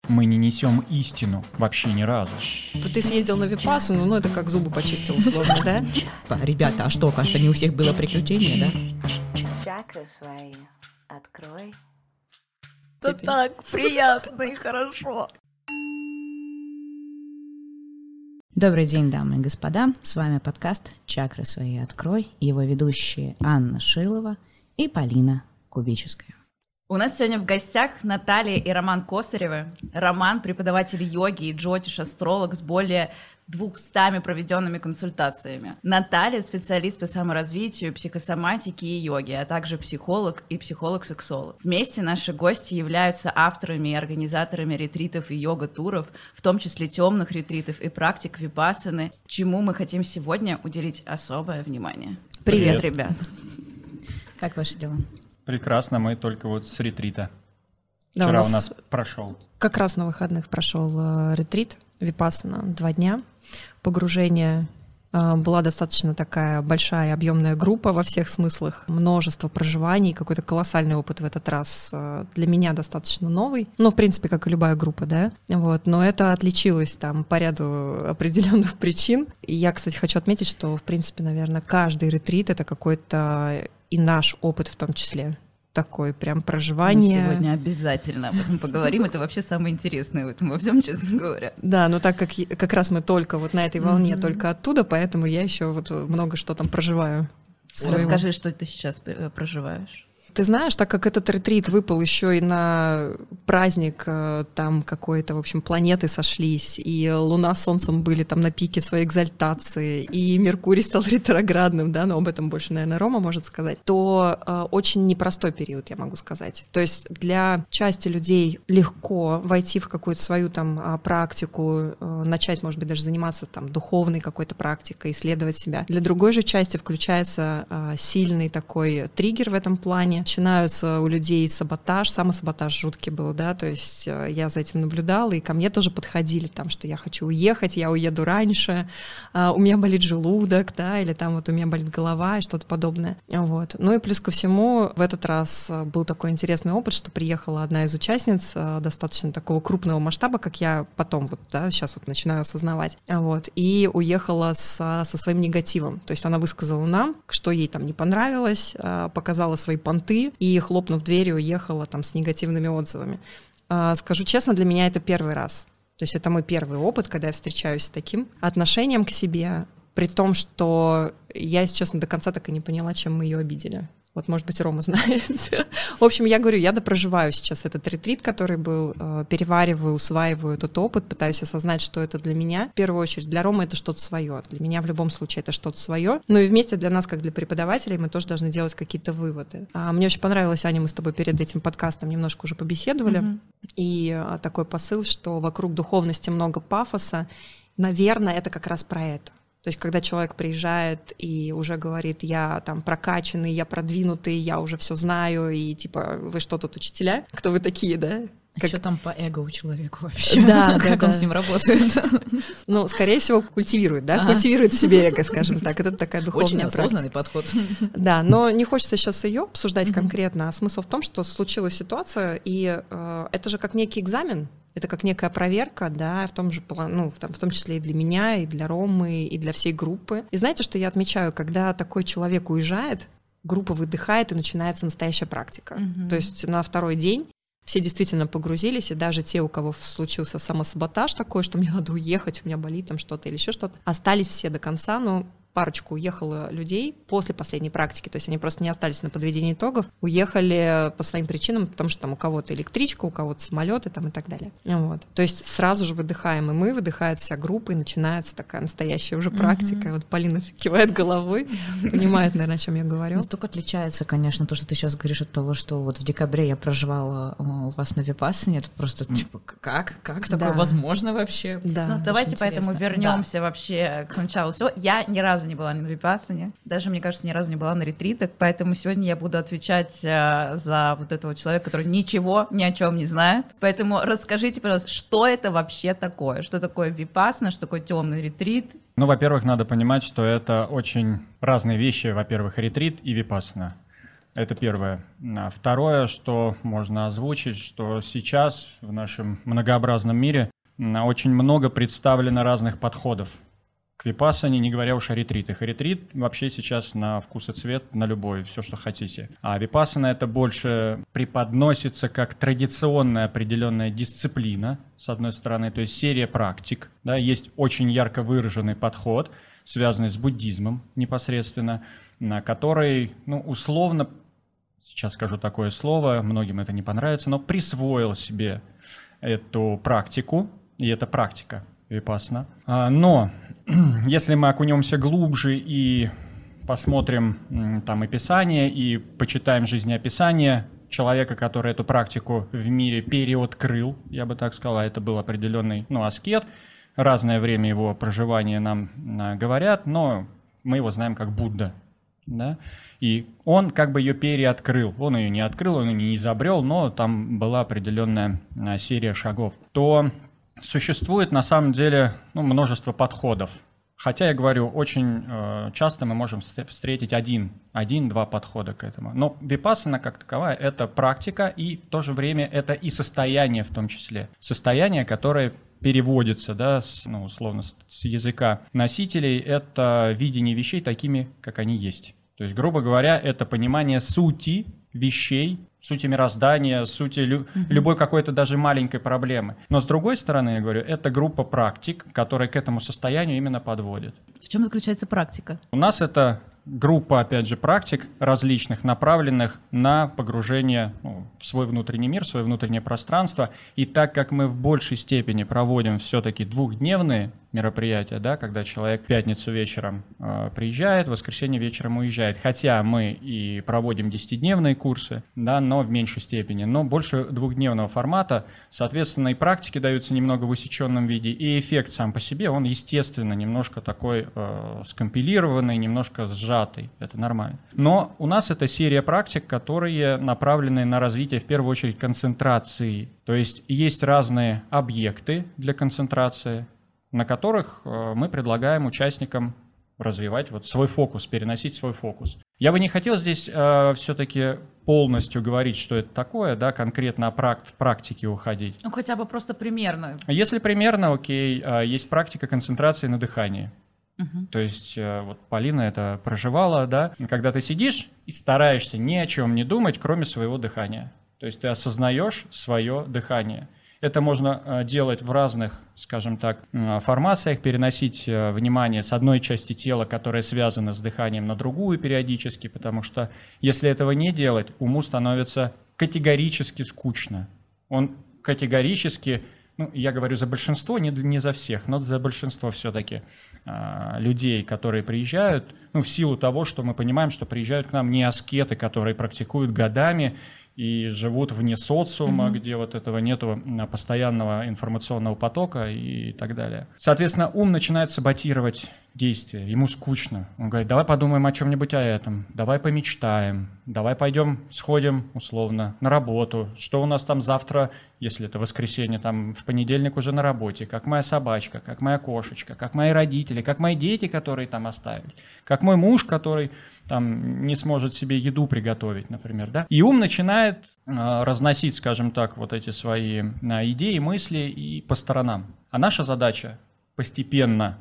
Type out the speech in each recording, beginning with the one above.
Мы не несем истину вообще ни разу. Ты съездил на випассану, ну это как зубы почистил условно, да? Ребята, а что, оказывается, не у всех было приключение, да? Чакры свои открой. Это так приятно и хорошо. Добрый день, дамы и господа. С вами подкаст «Чакры свои открой». Его ведущие Анна Шилова и Полина Кубическая. У нас сегодня в гостях Наталья и Роман Косаревы. Роман — преподаватель йоги и джотиш-астролог с более 200 проведенными консультациями. Наталья — специалист по саморазвитию, психосоматике и йоге, а также психолог и психолог-сексолог. Вместе наши гости являются авторами и организаторами ретритов и йога-туров, в том числе темных ретритов и практик випассаны, чему мы хотим сегодня уделить особое внимание. Привет, ребят! Как ваши дела? Прекрасно, мы только вот с ретрита. Да, Вчера у нас прошел. Как раз на выходных прошел ретрит випассана, 2 дня. Погружение. Была достаточно такая большая объемная группа во всех смыслах, множество проживаний, какой-то колоссальный опыт в этот раз для меня достаточно новый, ну, в принципе, как и любая группа, да, вот, но это отличилось там по ряду определенных причин. И я, кстати, хочу отметить, что, в принципе, наверное, каждый ретрит — это какой-то и наш опыт в том числе. Такое прям проживание. Мы сегодня обязательно об этом поговорим. Это вообще самое интересное в этом во всем, честно говоря. Да, но так как раз мы только вот на этой волне, только оттуда, поэтому я еще вот много что там проживаю. Расскажи, что ты сейчас проживаешь. Ты знаешь, так как этот ретрит выпал еще и на праздник, там какой-то, в общем, планеты сошлись, и Луна с Солнцем были там на пике своей экзальтации, и Меркурий стал ретроградным, да, но об этом больше, наверное, Рома может сказать, то очень непростой период, я могу сказать. То есть для части людей легко войти в какую-то свою там практику, начать, может быть, даже заниматься там духовной какой-то практикой, исследовать себя. Для другой же части включается сильный такой триггер в этом плане. Начинаются у людей саботаж, самосаботаж жуткий был, да, то есть я за этим наблюдала, и ко мне тоже подходили там, что я хочу уехать, я уеду раньше, у меня болит желудок, да, или там вот у меня болит голова и что-то подобное, вот. Ну и плюс ко всему в этот раз был такой интересный опыт, что приехала одна из участниц достаточно такого крупного масштаба, как я потом вот, да, сейчас вот начинаю осознавать, вот, и уехала со своим негативом, то есть она высказала нам, что ей там не понравилось, показала свои понты, и, хлопнув дверью, уехала там с негативными отзывами. Скажу честно, для меня это первый раз. То есть это мой первый опыт, когда я встречаюсь с таким отношением к себе, при том, что я, если честно, до конца так и не поняла, чем мы ее обидели. Вот, может быть, Рома знает. В общем, я говорю, я допроживаю сейчас этот ретрит, который был, перевариваю, усваиваю этот опыт, пытаюсь осознать, что это для меня. В первую очередь, для Ромы это что-то свое. Для меня в любом случае это что-то свое. Ну и вместе для нас, как для преподавателей, мы тоже должны делать какие-то выводы. Мне очень понравилось, Аня, мы с тобой перед этим подкастом немножко уже побеседовали. И такой посыл, что вокруг духовности много пафоса. Наверное, это как раз про это. То есть, когда человек приезжает и уже говорит, я там прокачанный, я продвинутый, я уже все знаю, и типа, вы что тут, учителя? Кто вы такие, да? Что там по эго у человека вообще? Да, как он с ним работает? Ну, скорее всего, культивирует, да? Культивирует в себе эго, скажем так. Это такая духовная практика. Очень осознанный подход. Да, но не хочется сейчас ее обсуждать конкретно, а смысл в том, что случилась ситуация, и это же как некий экзамен. Это как некая проверка, да, в том же, ну, в том числе и для меня, и для Ромы, и для всей группы. И знаете, что я отмечаю, когда такой человек уезжает, группа выдыхает, и начинается настоящая практика. То есть на второй день все действительно погрузились, и даже те, у кого случился самосаботаж такой, что мне надо уехать, у меня болит там что-то или еще что-то, остались все до конца, но парочку уехало людей после последней практики, то есть они просто не остались на подведении итогов, уехали по своим причинам, потому что там у кого-то электричка, у кого-то самолеты там и так далее. Вот. То есть сразу же выдыхаем и мы, выдыхает вся группа, и начинается такая настоящая уже практика. Вот Полина кивает головой, понимает, наверное, о чем я говорю. Настолько отличается, конечно, то, что ты сейчас говоришь, от того, что вот в декабре я проживала у вас на випассане, это просто типа как такое возможно вообще? Да. Ну, давайте поэтому вернемся вообще к началу всего. Я ни разу не была на випассане, даже, мне кажется, ни разу не была на ретритах, поэтому сегодня я буду отвечать за вот этого человека, который ничего ни о чем не знает. Поэтому расскажите, пожалуйста, что это вообще такое? Что такое випассана, что такое темный ретрит? Ну, во-первых, надо понимать, что это очень разные вещи. Во-первых, ретрит и випассана. Это первое. Второе, что можно озвучить, что сейчас в нашем многообразном мире очень много представлено разных подходов к випассане, не говоря уж о ретритах. И ретрит вообще сейчас на вкус и цвет, на любой, все, что хотите. А випассана это больше преподносится как традиционная определенная дисциплина, с одной стороны, то есть серия практик. Да, есть очень ярко выраженный подход, связанный с буддизмом непосредственно, на который, условно, сейчас скажу такое слово, многим это не понравится, но присвоил себе эту практику, и это практика випассана. Но если мы окунемся глубже и посмотрим там описание и почитаем жизнеописание человека, который эту практику в мире переоткрыл, я бы так сказал, это был определенный аскет, разное время его проживания нам говорят, но мы его знаем как Будда. Да? И он как бы ее переоткрыл. Он ее не открыл, он ее не изобрел, но там была определенная серия шагов. То существует на самом деле множество подходов. Хотя, я говорю, очень часто мы можем встретить один-два подхода к этому. Но випассана как таковая – это практика, и в то же время это и состояние в том числе. Состояние, которое переводится, да, условно, с языка носителей, это видение вещей такими, как они есть. То есть, грубо говоря, это понимание сути вещей, сути мироздания, сути любой какой-то даже маленькой проблемы. Но с другой стороны, я говорю, это группа практик, которые к этому состоянию именно подводят. В чем заключается практика? У нас это группа, опять же, практик различных, направленных на погружение в свой внутренний мир, в свое внутреннее пространство. И так как мы в большей степени проводим все-таки двухдневные мероприятия, да, когда человек в пятницу вечером приезжает, в воскресенье вечером уезжает. Хотя мы и проводим 10-дневные курсы, да, но в меньшей степени. Но больше двухдневного формата, соответственно, и практики даются немного в усеченном виде, и эффект сам по себе, он, естественно, немножко такой скомпилированный, немножко сжатый. Это нормально. Но у нас это серия практик, которые направлены на развитие, в первую очередь, концентрации. То есть есть разные объекты для концентрации, на которых мы предлагаем участникам развивать свой фокус, переносить свой фокус. Я бы не хотел здесь все-таки полностью говорить, что это такое, да, конкретно в практике уходить. Хотя бы просто примерно. Если примерно, окей, есть практика концентрации на дыхании. То есть Полина это проживала, да, когда ты сидишь и стараешься ни о чем не думать, кроме своего дыхания. То есть ты осознаешь свое дыхание. Это можно делать в разных, скажем так, формациях, переносить внимание с одной части тела, которая связана с дыханием, на другую периодически, потому что если этого не делать, уму становится категорически скучно. Он категорически, я говорю за большинство, не за всех, но за большинство все-таки людей, которые приезжают, в силу того, что мы понимаем, что приезжают к нам не аскеты, которые практикуют годами, и живут вне социума, где этого нету постоянного информационного потока и так далее. Соответственно, ум начинает саботировать действия, ему скучно. Он говорит, давай подумаем о чем-нибудь о этом, давай помечтаем, давай пойдем, сходим, условно, на работу. Что у нас там завтра, если это воскресенье, там в понедельник уже на работе, как моя собачка, как моя кошечка, как мои родители, как мои дети, которые там оставили, как мой муж, который там не сможет себе еду приготовить, например, да. И ум начинает разносить, скажем так, эти свои идеи, мысли и по сторонам. А наша задача постепенно,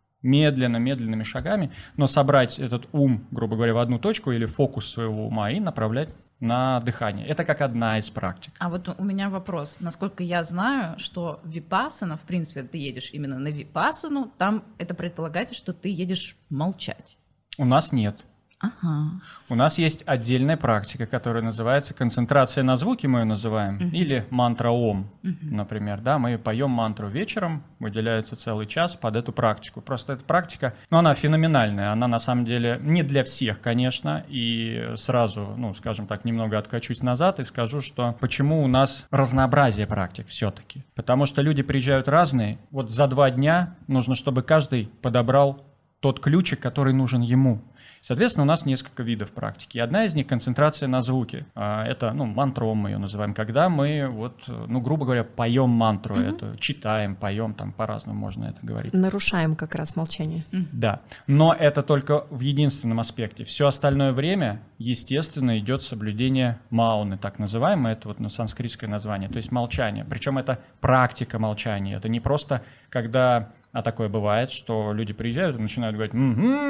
медленными шагами, но собрать этот ум, грубо говоря, в одну точку или фокус своего ума и направлять на дыхание. Это как одна из практик. А у меня вопрос. Насколько я знаю, что випассана, в принципе, ты едешь именно на випассану, там это предполагается, что ты едешь молчать. У нас нет. Ага. У нас есть отдельная практика, которая называется концентрация на звуки, мы ее называем, или мантра Ом, например. Да, мы поем мантру вечером, выделяется целый час под эту практику. Просто эта практика, она феноменальная, она на самом деле не для всех, конечно, и сразу, скажем так, немного откачусь назад и скажу, что почему у нас разнообразие практик все-таки. Потому что люди приезжают разные, за 2 дня нужно, чтобы каждый подобрал тот ключик, который нужен ему. Соответственно, у нас несколько видов практики. Одна из них — концентрация на звуке. Это, мантром мы ее называем, когда мы, грубо говоря, поем мантру, это читаем, поем, там по-разному можно это говорить. Нарушаем как раз молчание. Да, но это только в единственном аспекте. Все остальное время, естественно, идет соблюдение мауны, так называемое, это вот на санскритское название, то есть молчание. Причем это практика молчания, это не просто когда, такое бывает, что люди приезжают и начинают говорить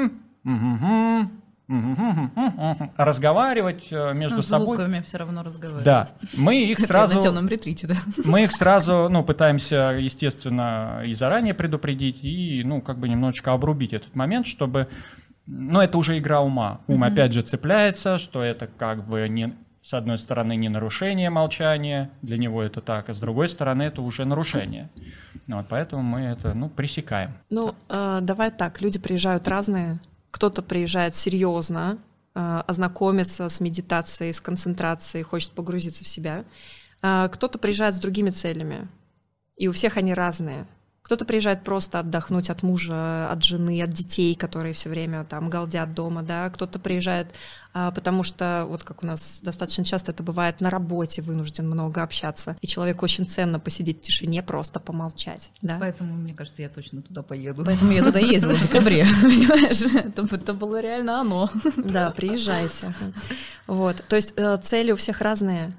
разговаривать между собой. Звуками все равно разговаривать. Да, мы их сразу... На темном ретрите, да. Мы их сразу, пытаемся, естественно, и заранее предупредить, и, немножечко обрубить этот момент, чтобы... это уже игра ума. Ум, опять же, цепляется, что это не... С одной стороны, не нарушение молчания, для него это так, а с другой стороны, это уже нарушение. Поэтому мы это, пресекаем. Давай так, люди приезжают разные. Кто-то приезжает серьезно, ознакомиться с медитацией, с концентрацией, хочет погрузиться в себя. Кто-то приезжает с другими целями, и у всех они разные. Кто-то приезжает просто отдохнуть от мужа, от жены, от детей, которые все время там галдят дома, да. Кто-то приезжает, потому что, вот как у нас достаточно часто это бывает, на работе вынужден много общаться, и человеку очень ценно посидеть в тишине, просто помолчать, да. Поэтому, мне кажется, я точно туда поеду. Поэтому я туда ездила в декабре, понимаешь? Это было реально оно. Да, приезжайте. То есть цели у всех разные.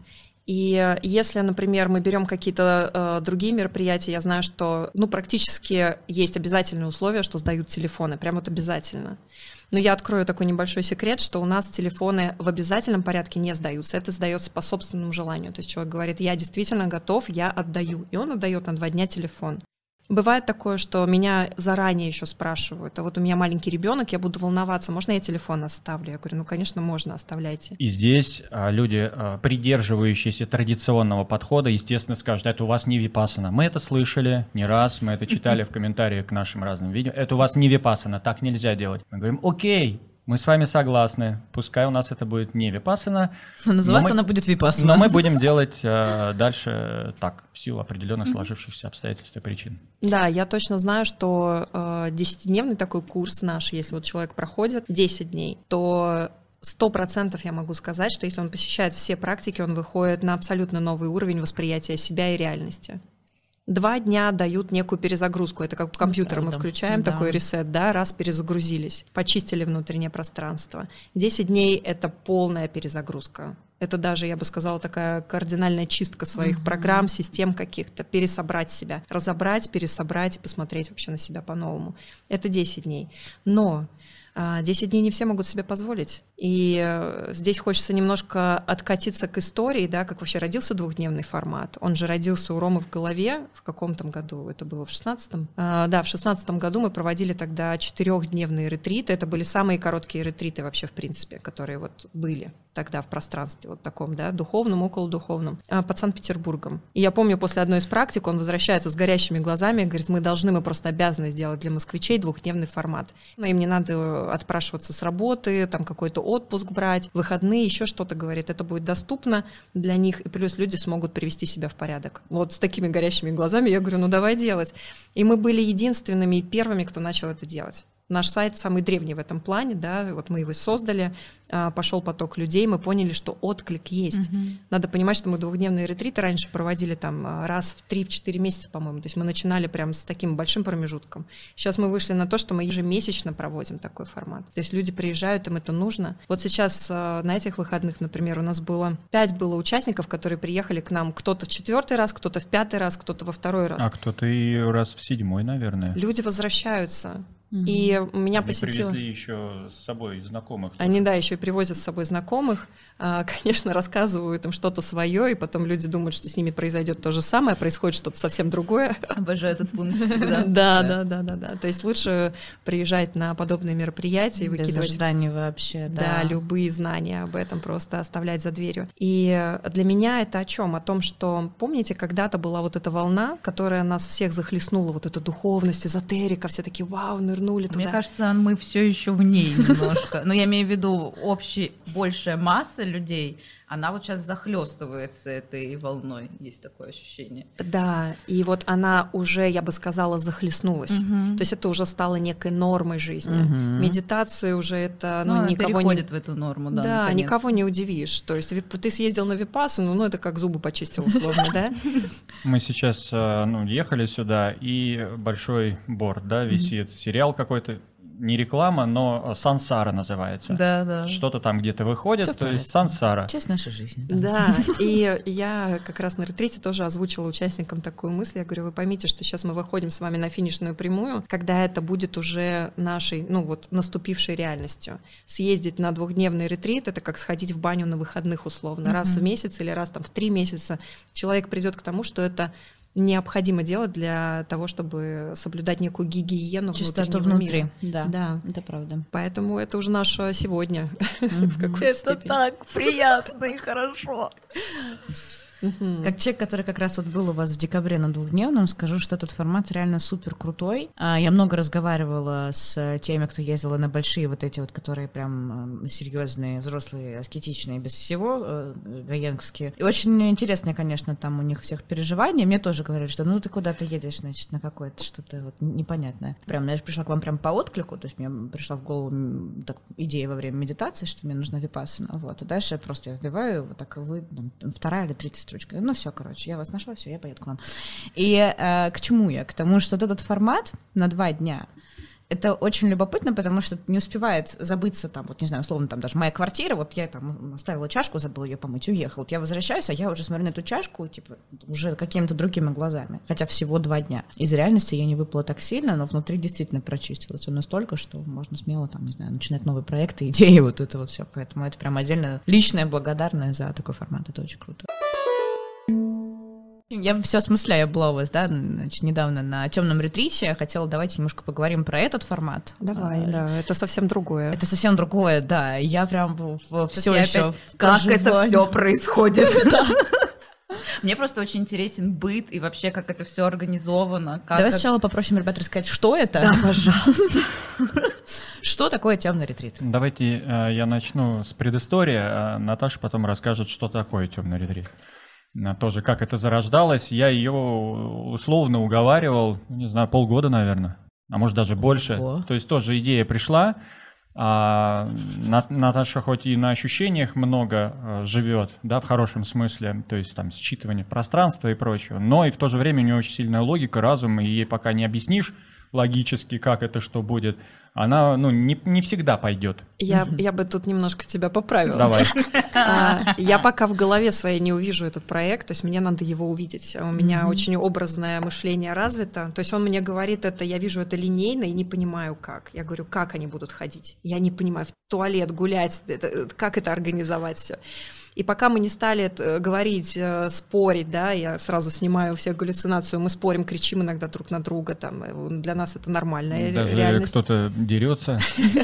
И если, например, мы берем какие-то другие мероприятия, я знаю, что практически есть обязательные условия, что сдают телефоны, прям вот обязательно. Но я открою такой небольшой секрет, что у нас телефоны в обязательном порядке не сдаются, это сдается по собственному желанию. То есть человек говорит: я действительно готов, я отдаю, и он отдает на 2 дня телефон. Бывает такое, что меня заранее еще спрашивают: а вот у меня маленький ребенок, я буду волноваться, можно я телефон оставлю? Я говорю: конечно, можно, оставляйте. И здесь люди, придерживающиеся традиционного подхода, естественно, скажут: это у вас не випассана. Мы это слышали не раз, мы это читали в комментариях к нашим разным видео. Это у вас не випассана, так нельзя делать. Мы говорим: окей, мы с вами согласны, пускай у нас это будет не випассана. Называться она будет випассана. Но мы будем делать дальше так, в силу определенных сложившихся обстоятельств и причин. Да, я точно знаю, что 10-дневный такой курс наш, если вот человек проходит 10 дней, то 100% я могу сказать, что если он посещает все практики, он выходит на абсолютно новый уровень восприятия себя и реальности. 2 дня дают некую перезагрузку. Это как у компьютера мы включаем такой ресет, да, раз перезагрузились, почистили внутреннее пространство. 10 дней — это полная перезагрузка. Это даже, я бы сказала, такая кардинальная чистка своих программ, систем каких-то, пересобрать себя, разобрать, пересобрать и посмотреть вообще на себя по-новому. Это 10 дней. Но 10 дней не все могут себе позволить. И здесь хочется немножко откатиться к истории, да, как вообще родился 2-дневный формат. Он же родился у Ромы в голове в каком-то году, это было в 16-м. Да, в 16-м году мы проводили тогда 4-дневные ретриты. Это были самые короткие ретриты вообще, в принципе, которые вот были тогда в пространстве вот таком, да, духовном, околодуховном, под Санкт-Петербургом. И я помню, после одной из практик он возвращается с горящими глазами и говорит: мы просто обязаны сделать для москвичей 2-дневный формат. Но им не надо отпрашиваться с работы, там какой-то отпуск брать, выходные, еще что-то, говорит. Это будет доступно для них, и плюс люди смогут привести себя в порядок. Вот с такими горящими глазами я говорю: давай делать. И мы были единственными и первыми, кто начал это делать. Наш сайт самый древний в этом плане, да, вот мы его создали, пошел поток людей, мы поняли, что отклик есть. Надо понимать, что мы 2-дневные ретриты раньше проводили там раз в 3-4 месяца, по-моему, то есть мы начинали прям с таким большим промежутком. Сейчас мы вышли на то, что мы ежемесячно проводим такой формат. То есть люди приезжают, им это нужно. Вот сейчас на этих выходных, например, у нас было 5 участников, которые приехали к нам, кто-то в 4-й раз, кто-то в 5-й раз, кто-то во 2-й раз. А кто-то и раз в 7-й, наверное. Люди возвращаются. И меня посетило... Они привезли еще с собой знакомых. Они, да, еще и привозят с собой знакомых, конечно, рассказывают им что-то свое, и потом люди думают, что с ними произойдет то же самое, происходит что-то совсем другое. Обожаю этот пункт всегда. Да. То есть лучше приезжать на подобные мероприятия и выкидывать... Без ожиданий вообще, да. Да, любые знания об этом просто оставлять за дверью. И для меня это о чем? О том, что, помните, когда-то была вот эта волна, которая нас всех захлестнула, вот эта духовность, эзотерика, все такие: вау, нырнули туда. Мне кажется, мы все еще в ней немножко. Но я имею в виду большая масса людей, она вот сейчас захлестывается этой волной, есть такое ощущение. Да, и вот она уже, я бы сказала, захлестнулась. То есть это уже стало некой нормой жизни. Медитация уже это, Ну, никого переходит в эту норму, да. Да, наконец. никого не удивишь. То есть ты съездил на випассану, ну это как зубы почистил условно, да? Мы сейчас ехали сюда, и большой борд, да, висит, сериал какой-то, не реклама, но «Сансара» называется. Да. Что-то там где-то выходит, Всё в то есть порядке. «Сансара». Часть нашей жизни. Да, и я как раз на ретрите тоже озвучила участникам такую мысль. Я говорю, вы поймите, что сейчас мы выходим с вами на финишную прямую, когда это будет уже нашей, наступившей реальностью. Съездить на 2-дневный ретрит — это как сходить в баню на выходных условно. Раз в месяц или раз там в 3 месяца человек придет к тому, что это необходимо делать для того, чтобы соблюдать некую гигиену Чистоту внутреннего внутри. мира. Да, это правда. Поэтому это уже наше сегодня. в какой-то степени. так приятно и хорошо. Как человек, который как раз вот был у вас в декабре на 2-дневном, скажу, что этот формат реально супер крутой. Я много разговаривала с теми, кто ездила на большие вот эти вот, которые прям серьезные, взрослые, аскетичные, без всего, гаенковские. И очень интересные, конечно, там у них всех переживания. Мне тоже говорили, что ты куда-то едешь, значит, на какое-то что-то вот непонятное. Прям я пришла к вам прям по отклику, то есть мне пришла в голову идея во время медитации, что мне нужна випассана. Вот. И дальше я просто вбиваю, вот так вы, 2-я или 3-я строчка. Ну все, короче, я вас нашла, все, я поеду к вам. И к чему я? К тому, что вот этот формат на 2 дня, это очень любопытно, потому что не успевает забыться там, вот не знаю, условно, там даже моя квартира, вот я там оставила чашку, забыла ее помыть, уехала. Вот я возвращаюсь, а я уже смотрю на эту чашку, типа, уже какими-то другими глазами. Хотя всего 2 дня. Из реальности я не выпала так сильно, но внутри действительно прочистилось все настолько, что можно смело там, не знаю, начинать новые проекты, идеи, вот это вот все. Поэтому это прям отдельно личное, благодарное за такой формат. Это очень круто. Я все осмысляю, я была у вас, да, значит, недавно на темном ретрите, хотела, давайте немножко поговорим про этот формат. Давай, да, это совсем другое. Это совсем другое, да, я прям все еще как это все происходит. Мне просто очень интересен быт и вообще, как это все организовано. Давай сначала попросим ребят рассказать, что это. Да, пожалуйста. Что такое темный ретрит? Давайте я начну с предыстории, а Наташа потом расскажет, что такое темный ретрит. Тоже как это зарождалось. Я ее условно уговаривал, не знаю, полгода, наверное, а может даже больше. Ого. То есть тоже идея пришла. Наташа хоть и на ощущениях много живет, да, в хорошем смысле, то есть там считывание пространства и прочего, но и в то же время у нее очень сильная логика, разум, и ей пока не объяснишь логически, как это, что будет, она, не всегда пойдет. Я бы тут немножко тебя поправила. Давай. Я пока в голове своей не увижу этот проект, то есть мне надо его увидеть. У меня очень образное мышление развито. То есть он мне говорит это, я вижу это линейно и не понимаю как. Я говорю, как они будут ходить? Я не понимаю, в туалет гулять, как это организовать все. И пока мы не стали говорить, спорить, да, я сразу снимаю всех галлюцинацию, мы спорим, кричим иногда друг на друга, там, для нас это нормальная Даже реальность. кто-то дерется.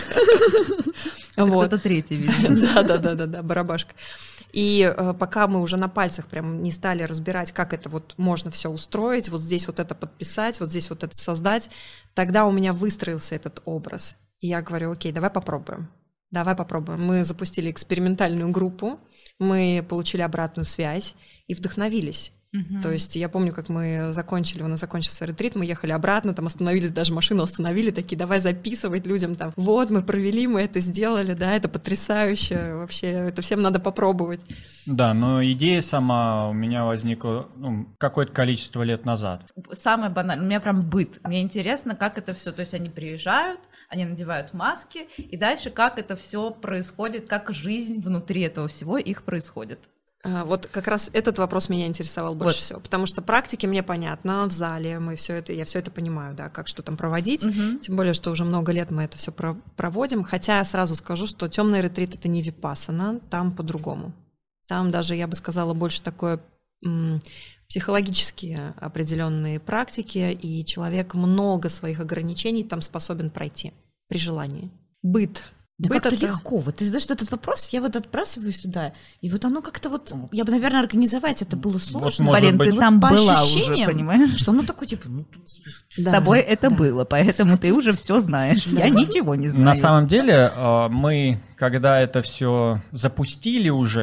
Кто-то третий, видимо. Да, барабашка. И пока мы уже на пальцах прям не стали разбирать, как это вот можно все устроить, вот здесь вот это подписать, вот здесь вот это создать, тогда у меня выстроился этот образ. И я говорю, окей, давай попробуем. Мы запустили экспериментальную группу, мы получили обратную связь и вдохновились. То есть я помню, как у нас закончился ретрит, мы ехали обратно, там остановились, даже машину остановили, такие, давай записывать людям там. Вот, мы провели, мы это сделали, да, это потрясающе, вообще, это всем надо попробовать. Да, но идея сама у меня возникла какое-то количество лет назад. Самое банальное, у меня прям быт. Мне интересно, как это все, то есть они приезжают, они надевают маски, и дальше как это все происходит, как жизнь внутри этого всего их происходит. Вот как раз этот вопрос меня интересовал больше всего, потому что практики мне понятно, в зале я все это понимаю, да, как что там проводить, тем более, что уже много лет мы это все проводим, хотя я сразу скажу, что темный ретрит — это не випассана, там по-другому. Там даже, я бы сказала, больше такое психологические определенные практики, и человек много своих ограничений там способен пройти при желании. Быт. Да как-то легко. Вот ты задаешь этот вопрос, я вот отбрасываю сюда, и вот оно как-то вот, я бы, наверное, организовать это было сложно. Блин, ты вот там по была ощущениям, уже, понимаешь? что оно такое, типа... С тобой это было, поэтому ты уже все знаешь. Я ничего не знаю. На самом деле, мы, когда это все запустили уже,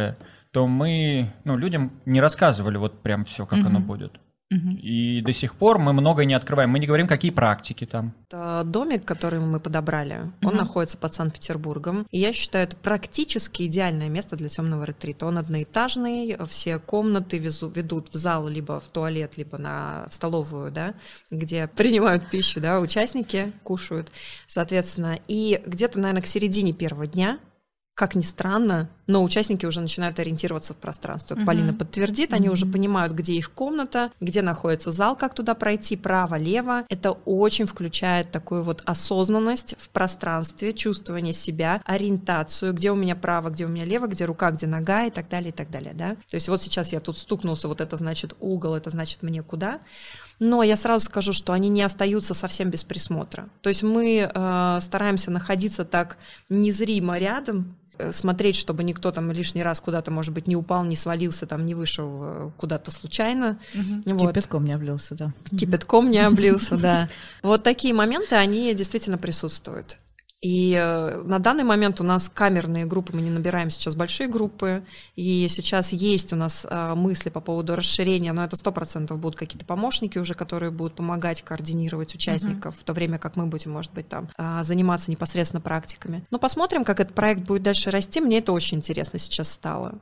то мы людям не рассказывали вот прям все, как оно будет. И до сих пор мы многое не открываем. Мы не говорим, какие практики там. Это домик, который мы подобрали, он находится под Санкт-Петербургом. И я считаю, это практически идеальное место для темного ретрита. Он одноэтажный, все комнаты ведут в зал, либо в туалет, либо в столовую, да, где принимают пищу, да, участники кушают, соответственно. И где-то, наверное, к середине первого дня, как ни странно, но участники уже начинают ориентироваться в пространстве. Вот Полина подтвердит, они уже понимают, где их комната, где находится зал, как туда пройти, право, лево. Это очень включает такую вот осознанность в пространстве, чувствование себя, ориентацию, где у меня право, где у меня лево, где рука, где нога и так далее, да. То есть вот сейчас я тут стукнулся, вот это значит угол, это значит мне куда. Но я сразу скажу, что они не остаются совсем без присмотра. То есть мы стараемся находиться так незримо рядом, смотреть, чтобы никто там лишний раз куда-то, может быть, не упал, не свалился, там, не вышел куда-то случайно. Вот. Кипятком не облился, да. Кипятком не облился, да. Вот такие моменты, они действительно присутствуют. И на данный момент у нас камерные группы, мы не набираем сейчас большие группы, и сейчас есть у нас мысли по поводу расширения, но это 100% будут какие-то помощники уже, которые будут помогать координировать участников, в то время как мы будем, может быть, там заниматься непосредственно практиками. Но посмотрим, как этот проект будет дальше расти, мне это очень интересно сейчас стало.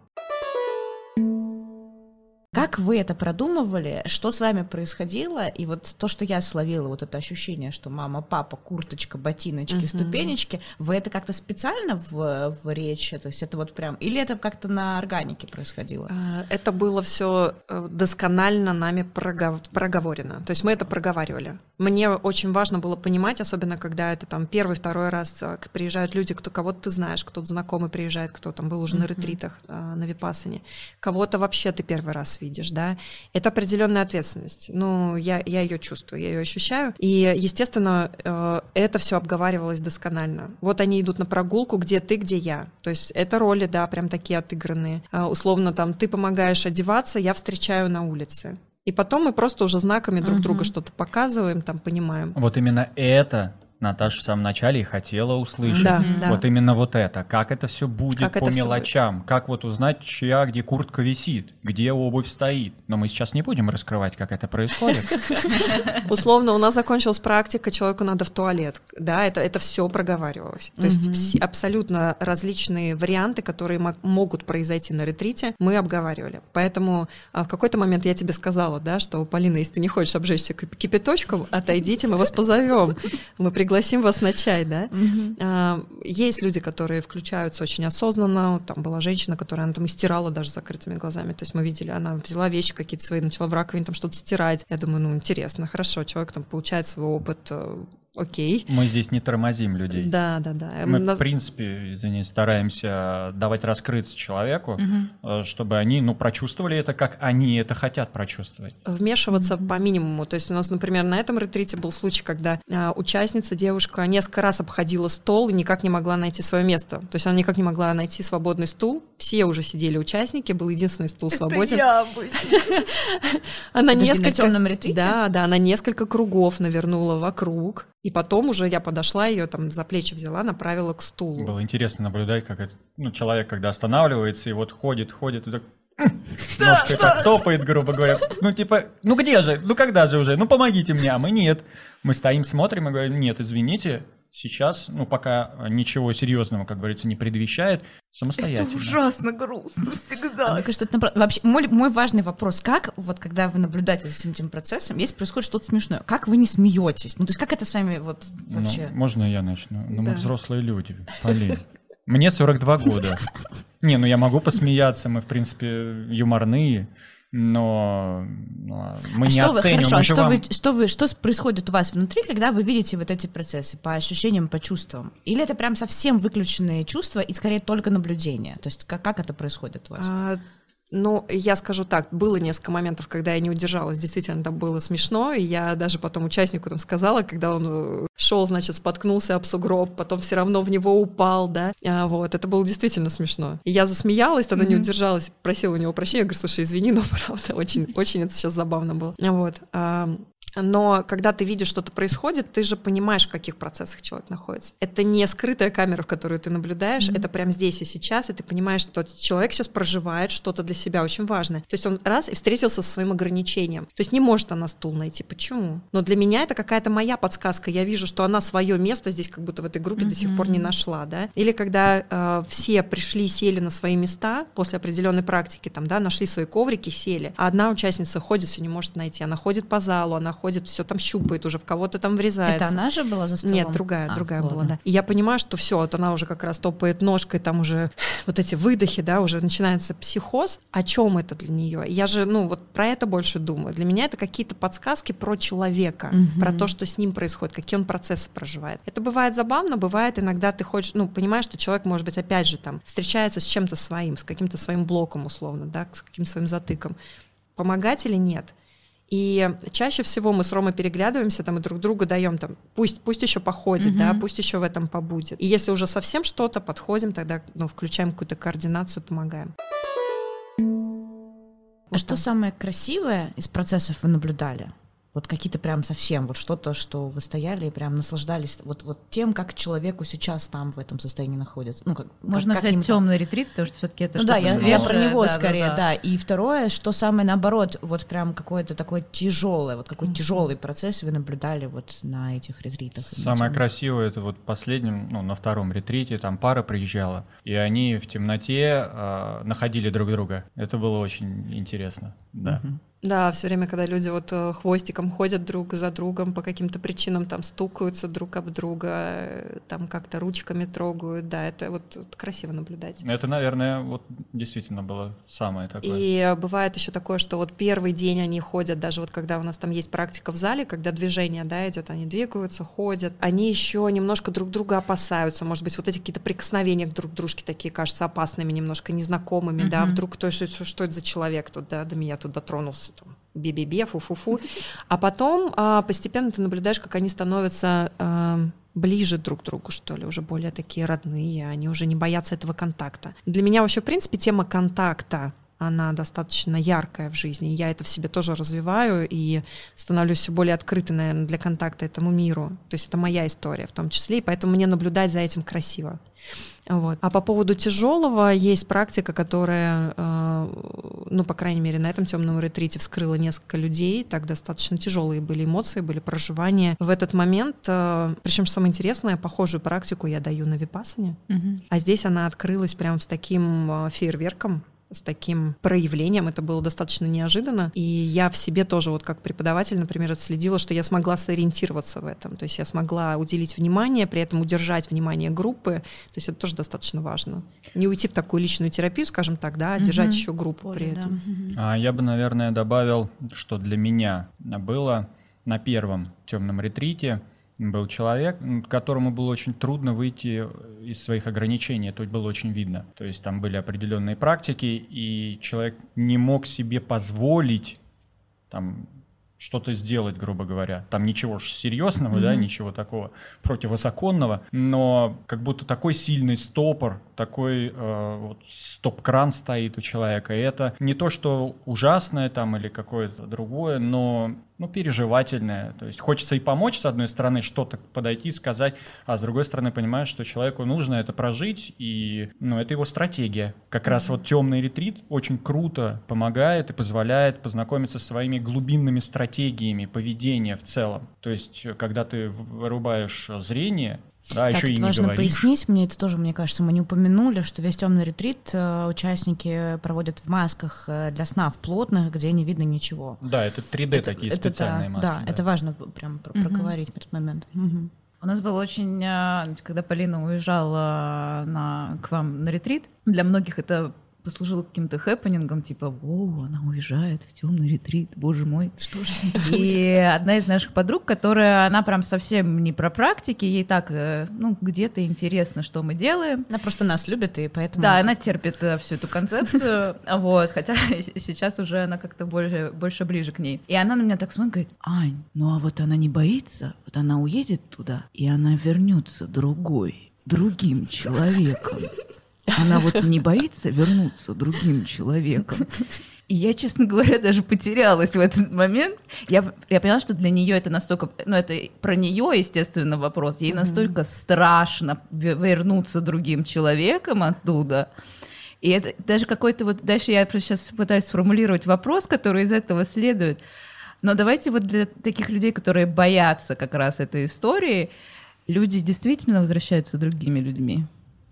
Как вы это продумывали, что с вами происходило, и вот то, что я словила, вот это ощущение, что мама, папа, курточка, ботиночки, ступенечки, вы это как-то специально в речи, то есть это вот прям, или это как-то на органике происходило? Это было все досконально нами проговорено, то есть мы это проговаривали. Мне очень важно было понимать, особенно когда это там первый, второй раз приезжают люди, кого-то ты знаешь, кто-то знакомый приезжает, кто там был уже на ретритах, на випассане, кого-то вообще ты первый раз видишь, да, это определенная ответственность. Ну, я ее чувствую, я ее ощущаю. И, естественно, это все обговаривалось досконально. Вот они идут на прогулку, где ты, где я. То есть это роли, да, прям такие отыгранные. Условно, там, ты помогаешь одеваться, я встречаю на улице. И потом мы просто уже знаками друг друга что-то показываем, там, понимаем. Вот именно это Наташа в самом начале и хотела услышать. Да, вот именно вот это. Как это все будет как по мелочам. Как вот узнать, чья, где куртка висит, где обувь стоит. Но мы сейчас не будем раскрывать, как это происходит. Условно, у нас закончилась практика, человеку надо в туалет. Да, это все проговаривалось. То есть абсолютно различные варианты, которые могут произойти на ретрите, мы обговаривали. Поэтому в какой-то момент я тебе сказала, да, что, Полина, если ты не хочешь обжечься кипяточком, отойдите, мы вас позовем. Мы пригласим вас на чай, да? Есть люди, которые включаются очень осознанно. Там была женщина, которая она там и стирала даже с закрытыми глазами. То есть мы видели, она взяла вещи какие-то свои, начала в раковине там что-то стирать. Я думаю, интересно, хорошо, человек там получает свой опыт. Окей. Мы здесь не тормозим людей. Да. Мы, в принципе, стараемся давать раскрыться человеку, чтобы они, прочувствовали это, как они это хотят прочувствовать. Вмешиваться по минимуму. То есть у нас, например, на этом ретрите был случай, когда участница, девушка, несколько раз обходила стол и никак не могла найти свое место. То есть она никак не могла найти свободный стул. Все уже сидели участники, был единственный стул свободен. Это Она на темном ретрите? Да, она несколько кругов навернула вокруг. И потом уже я подошла, ее там за плечи взяла, направила к стулу. Было интересно наблюдать, как это, человек, когда останавливается и вот ходит, и так ножкой так топает, грубо говоря. Где же? Когда же уже? Помогите мне, а мы нет. Мы стоим, смотрим и говорим, нет, извините, сейчас, пока ничего серьезного, как говорится, не предвещает, самостоятельно. Это ужасно грустно всегда. Мне кажется, это вообще мой важный вопрос, как вот когда вы наблюдаете за всем этим процессом, если происходит что-то смешное, как вы не смеетесь? То есть как это с вами вот вообще? Можно я начну? Мы взрослые люди, Полин. Мне 42 года. Я могу посмеяться, мы, в принципе, юморные. Но мы не оцениваем. Что происходит у вас внутри, когда вы видите вот эти процессы по ощущениям, по чувствам? Или это прям совсем выключенные чувства и скорее только наблюдение? То есть как это происходит у вас? Я скажу так, было несколько моментов, когда я не удержалась, действительно, там было смешно, и я даже потом участнику там сказала, когда он шел, значит, споткнулся об сугроб, потом все равно в него упал, да, это было действительно смешно. И я засмеялась, тогда не удержалась, просила у него прощения, я говорю, слушай, извини, но правда, очень, очень это сейчас забавно было. Но когда ты видишь, что-то происходит, ты же понимаешь, в каких процессах человек находится. Это не скрытая камера, в которую ты наблюдаешь, это прям здесь и сейчас, и ты понимаешь, что человек сейчас проживает что-то для себя очень важное. То есть он раз и встретился со своим ограничением. То есть не может она стул найти. Почему? Но для меня это какая-то моя подсказка. Я вижу, что она свое место здесь как будто в этой группе до сих пор не нашла. Да? Или когда все пришли, сели на свои места после определенной практики, там, да, нашли свои коврики, сели, а одна участница ходит, все не может найти. Она ходит по залу, она ходит, все там щупает уже, в кого-то там врезается. Это она же была за столом? Нет, другая была, да. И я понимаю, что все, вот она уже как раз топает ножкой, там уже вот эти выдохи, да, уже начинается психоз. О чем это для нее? Я же, вот про это больше думаю. Для меня это какие-то подсказки про человека, про то, что с ним происходит, какие он процессы проживает. Это бывает забавно, бывает иногда ты хочешь, понимаешь, что человек, может быть, опять же там встречается с чем-то своим, с каким-то своим блоком условно, да, с каким-то своим затыком. Помогать или нет? И чаще всего мы с Ромой переглядываемся там, и друг другу даем там, пусть еще походит, да, пусть еще в этом побудет. И если уже совсем что-то, подходим, тогда включаем какую-то координацию, помогаем. А что самое красивое из процессов вы наблюдали? Вот какие-то прям совсем, вот что-то, что вы стояли и прям наслаждались вот тем, как человеку сейчас там в этом состоянии находится. Можно взять темный ретрит, потому что все-таки это что-то свежее. Я про него скорее, да. И второе, что самое наоборот, вот прям какое-то такое тяжелое, вот какой тяжелый процесс вы наблюдали вот на этих ретритах. Самое красивое, это вот последнем, на втором ретрите, там пара приезжала, и они в темноте находили друг друга. Это было очень интересно, да. Да, все время, когда люди вот хвостиком ходят друг за другом, по каким-то причинам там стукаются друг об друга, там как-то ручками трогают, да, это вот красиво наблюдать. Это, наверное, вот действительно было самое такое. И бывает еще такое, что вот первый день они ходят, даже вот когда у нас там есть практика в зале, когда движение, да, идет, они двигаются, ходят, они еще немножко друг друга опасаются, может быть, вот эти какие-то прикосновения к друг дружке такие кажутся опасными, немножко незнакомыми, да, вдруг что это за человек тут, да, до меня тут дотронулся, там, бе-бе-бе, фу-фу-фу. А потом постепенно ты наблюдаешь, как они становятся ближе друг к другу, что ли, уже более такие родные, они уже не боятся этого контакта. Для меня вообще, в принципе, тема контакта, она достаточно яркая в жизни. Я это в себе тоже развиваю и становлюсь все более открытой, наверное, для контакта этому миру. То есть это моя история в том числе, и поэтому мне наблюдать за этим красиво. Вот. А по поводу тяжелого есть практика, которая, по крайней мере, на этом темном ретрите вскрыла несколько людей. Так достаточно тяжелые были эмоции, были проживания. В этот момент, причем самое интересное, похожую практику я даю на випассане, а здесь она открылась прям с таким фейерверком, с таким проявлением, это было достаточно неожиданно, и я в себе тоже, вот как преподаватель, например, отследила, что я смогла сориентироваться в этом, то есть я смогла уделить внимание, при этом удержать внимание группы, то есть это тоже достаточно важно. Не уйти в такую личную терапию, скажем так, да, а держать еще группу при этом. Я бы, наверное, добавил, что для меня было на первом темном ретрите был человек, которому было очень трудно выйти из своих ограничений, это было очень видно. То есть там были определенные практики, и человек не мог себе позволить там что-то сделать, грубо говоря. Там ничего серьезного, да, ничего такого противозаконного, но как будто такой сильный стопор, такой стоп-кран стоит у человека. И это не то, что ужасное там или какое-то другое, но переживательное. То есть хочется и помочь, с одной стороны, что-то подойти, сказать, а с другой стороны понимаешь, что человеку нужно это прожить, и это его стратегия. Как раз вот темный ретрит очень круто помогает и позволяет познакомиться со своими глубинными стратегиями поведения в целом. То есть когда ты вырубаешь зрение, да, так, еще и не важно говоришь. Пояснить, мне это тоже, мне кажется, мы не упомянули, что весь темный ретрит участники проводят в масках для снов плотных, где не видно ничего. Да, это 3D такие специальные маски. Да, это важно прям проговорить в этот момент. У нас было очень, когда Полина уезжала к вам на ретрит, для многих это послужило каким-то хэппенингом, типа, воу, она уезжает в темный ретрит, боже мой. Что же с ней будет? И одна из наших подруг, она прям совсем не про практики, ей так, где-то интересно, что мы делаем. Она просто нас любит, и поэтому... Да, она терпит всю эту концепцию, хотя сейчас уже она как-то больше ближе к ней. И она на меня так смотрит, говорит, Ань, а вот она не боится, вот она уедет туда, и она вернется другим человеком. она вот не боится вернуться другим человеком. И я, честно говоря, даже потерялась в этот момент. Я поняла, что для нее это настолько... Ну, это про нее, естественно, вопрос. Ей настолько страшно вернуться другим человеком оттуда. И это даже какой-то вот... Дальше я сейчас пытаюсь сформулировать вопрос, который из этого следует. Но давайте вот для таких людей, которые боятся как раз этой истории, люди действительно возвращаются другими людьми.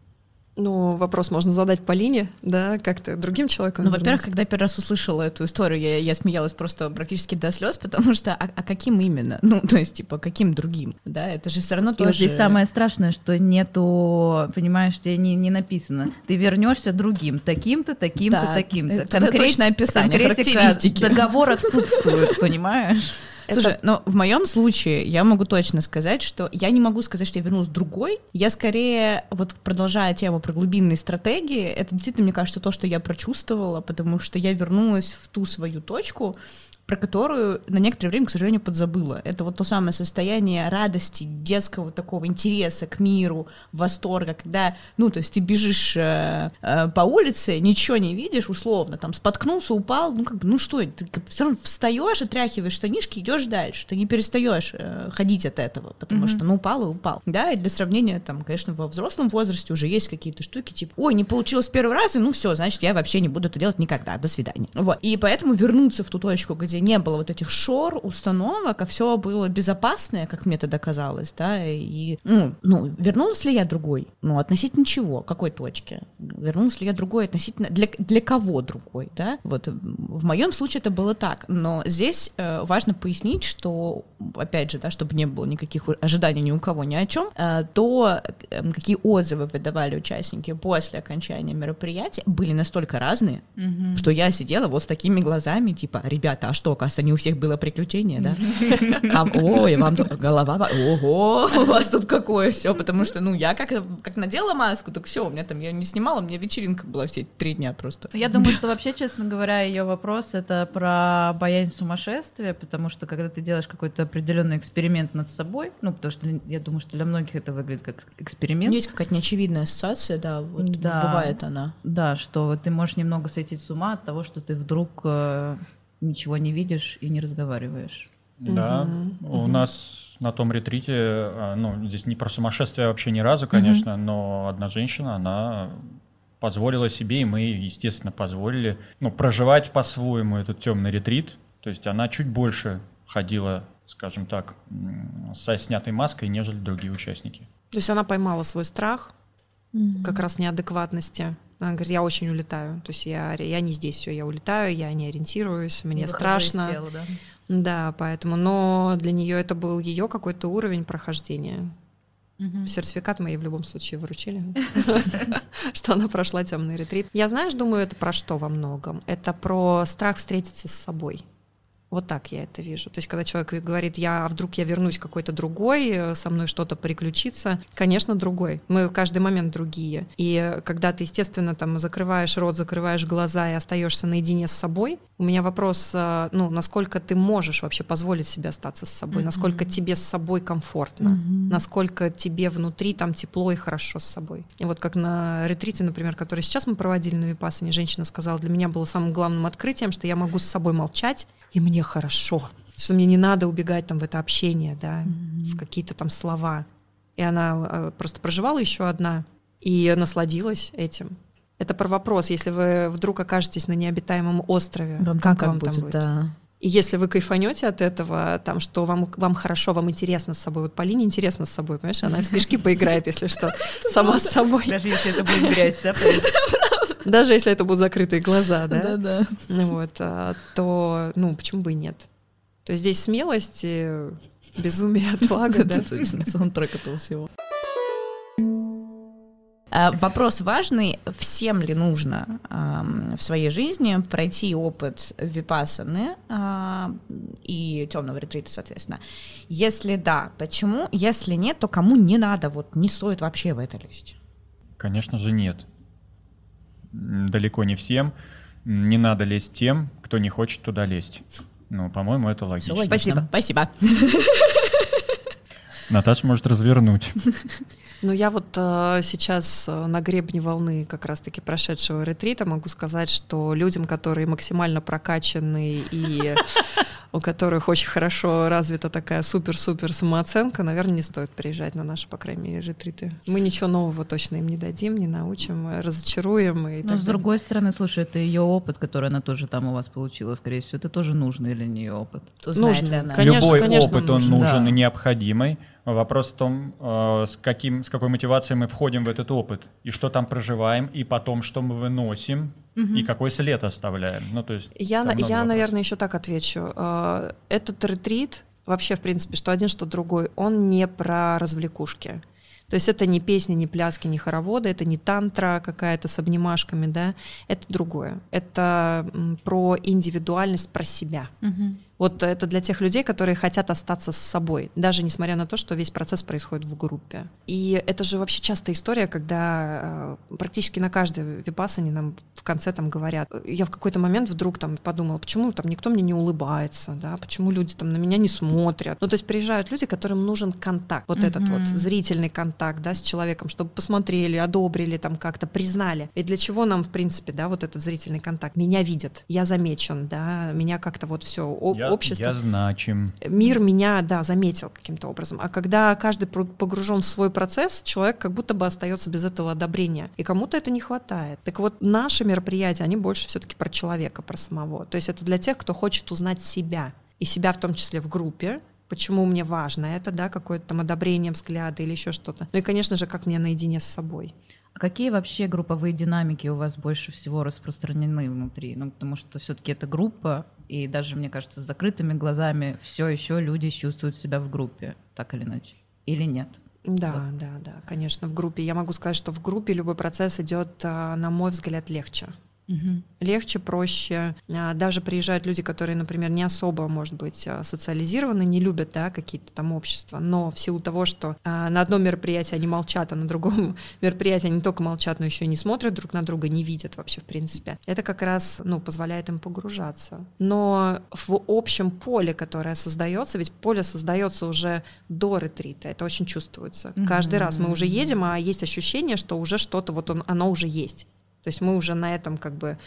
Ну, вопрос можно задать Полине, да, как-то другим человеком. Ну, во-первых, когда я первый раз услышала эту историю, я смеялась просто практически до слез, потому что, а каким именно? Ну, то есть, типа, каким другим? Да, это же все равно тоже... Вот здесь самое страшное, что нету, понимаешь, тебе не написано. Ты вернешься другим, таким-то, таким-то, да, таким-то. Это точное описание, характеристики. Договор отсутствует, понимаешь? Слушай, но в моем случае я могу точно сказать, что я не могу сказать, что я вернулась другой. Я скорее, вот продолжая тему про глубинные стратегии, это действительно, мне кажется, то, что я прочувствовала, потому что я вернулась в ту свою точку, про которую на некоторое время, к сожалению, подзабыла. Это вот то самое состояние радости, детского такого интереса к миру, восторга, когда, ну, то есть ты бежишь по улице, ничего не видишь, условно, там, споткнулся, упал, ну, как бы, ну, что, ты все равно встаешь, отряхиваешь штанишки, идешь дальше, ты не перестаешь ходить от этого, потому что, ну, упал и упал, да, и для сравнения, там, конечно, во взрослом возрасте уже есть какие-то штуки, типа, ой, не получилось первый раз, и ну, все, значит, я вообще не буду это делать никогда, до свидания, вот, и поэтому вернуться в ту точку, где не было вот этих шор, установок, а все было безопасное, как мне тогда казалось, да, и, ну, вернулась ли я другой? Ну, относительно чего? Какой точки? Вернулась ли я другой относительно... Для кого другой, да? Вот в моем случае это было так, но здесь важно пояснить, что, опять же, да, чтобы не было никаких ожиданий ни у кого, ни о чем, то, какие отзывы выдавали участники после окончания мероприятия, были настолько разные, что я сидела вот с такими глазами, типа, ребята, а что, оказывается, не у всех было приключение, да? Ой, вам тут голова, ого, у вас тут какое все, потому что, ну, я как надела маску, так все, у меня там, я не снимала, у меня вечеринка была все 3 дня просто. Я думаю, что вообще, честно говоря, ее вопрос — это про боязнь сумасшествия, потому что когда ты делаешь какой-то определенный эксперимент над собой, ну, потому что я думаю, что для многих это выглядит как эксперимент. Есть какая-то неочевидная ассоциация, да, вот да, бывает она. Да, что ты можешь немного сойти с ума от того, что ты вдруг ничего не видишь и не разговариваешь. Да, у нас на том ретрите, ну, здесь не про сумасшествие вообще ни разу, конечно, но одна женщина, она позволила себе, и мы, естественно, позволили, ну, проживать по-своему этот темный ретрит. То есть она чуть больше ходила, скажем так, со снятой маской, нежели другие участники. То есть она поймала свой страх, как раз неадекватности. Она говорит, я очень улетаю. То есть я не здесь, все, я улетаю, я не ориентируюсь, мне страшно. Тела, да? Да, поэтому, но для нее это был ее какой-то уровень прохождения. Сертификат мы ей в любом случае выручили, что она прошла темный ретрит. Я, знаешь, думаю, это про что во многом? Это про страх встретиться с собой. Вот так я это вижу. То есть, когда человек говорит, вдруг я вернусь какой-то другой, со мной что-то приключится, конечно, другой. Мы в каждый момент другие. И когда ты, естественно, там закрываешь рот, закрываешь глаза и остаешься наедине с собой, у меня вопрос, ну, насколько ты можешь вообще позволить себе остаться с собой, насколько тебе с собой комфортно, насколько тебе внутри там тепло и хорошо с собой. И вот как на ретрите, например, который сейчас мы проводили на Випассане, женщина сказала, для меня было самым главным открытием, что я могу с собой молчать, и мне хорошо, что мне не надо убегать там в это общение, да, в какие-то там слова. И она просто проживала еще одна и насладилась этим. Это про вопрос, если вы вдруг окажетесь на необитаемом острове, как вам там будет? Да. И если вы кайфанете от этого, там, что вам хорошо, вам интересно с собой. Вот Полине интересно с собой, понимаешь? Она в снежки поиграет, если что, сама с собой. Даже если это будет грязь, да? Даже если это будут закрытые глаза, да? Да-да. Вот, то, ну, почему бы и нет? То есть здесь смелость, безумие, отвага, да? Точно, саундтрек этого всего. Вопрос важный, всем ли нужно в своей жизни пройти опыт випассаны и темного ретрита, соответственно. Если да, почему? Если нет, то кому не надо, вот не стоит вообще в это лезть? Конечно же нет. Далеко не всем. Не надо лезть тем, кто не хочет туда лезть. Ну, по-моему, это логично. Спасибо. Наташа может развернуть. Ну, я вот сейчас на гребне волны как раз-таки прошедшего ретрита могу сказать, что людям, которые максимально прокачаны и у которых очень хорошо развита такая супер-супер самооценка, наверное, не стоит приезжать на наши, по крайней мере, ретриты. Мы ничего нового точно им не дадим, не научим, разочаруем. И но с другой стороны, слушай, это ее опыт, который она тоже там у вас получила, скорее всего. Это тоже нужный для нее опыт. Нужно, Любой конечно, опыт, он нужен да. и необходимый. Вопрос в том, с какой мотивацией мы входим в этот опыт, и что там проживаем, и потом, что мы выносим, и какой след оставляем. Ну, то есть, я наверное, еще так отвечу. Этот ретрит, вообще, в принципе, что один, что другой, он не про развлекушки. То есть это не песни, не пляски, не хороводы, это не тантра какая-то с обнимашками, да, это другое. Это про индивидуальность, про себя. Вот это для тех людей, которые хотят остаться с собой, даже несмотря на то, что весь процесс происходит в группе. И это же вообще частая история, когда практически на каждой випассане нам в конце там говорят, я в какой-то момент вдруг там подумала, почему там никто мне не улыбается, да, почему люди там на меня не смотрят. Ну, то есть приезжают люди, которым нужен контакт, вот этот вот зрительный контакт, да, с человеком, чтобы посмотрели, одобрили, там как-то признали. И для чего нам, в принципе, да, вот этот зрительный контакт? Меня видят, я замечен, да, меня как-то вот все общество. Я значим. Мир меня, да, заметил каким-то образом. А когда каждый погружен в свой процесс, человек как будто бы остается без этого одобрения. И кому-то это не хватает. Так вот, наши мероприятия, они больше все-таки про человека, про самого. То есть это для тех, кто хочет узнать себя. И себя в том числе в группе. Почему мне важно это, да, какое-то там одобрение взгляда или еще что-то. Ну и, конечно же, как мне наедине с собой. А какие вообще групповые динамики у вас больше всего распространены внутри? Ну, потому что все-таки это группа, и даже, мне кажется, с закрытыми глазами все еще люди чувствуют себя в группе, так или иначе. Или нет? Да, конечно, в группе. Я могу сказать, что в группе любой процесс идет, на мой взгляд, легче. Легче, проще. Даже приезжают люди, которые, например, не особо, может быть, социализированы, не любят, да, какие-то там общества, но в силу того, что на одном мероприятии они молчат, а на другом мероприятии они не только молчат, но еще и не смотрят друг на друга, не видят вообще, в принципе. Это как раз, позволяет им погружаться. Но в общем поле, которое создается, ведь поле создается уже до ретрита, это очень чувствуется. Каждый раз мы уже едем, а есть ощущение, что уже что-то, вот оно уже есть. То есть мы уже на этом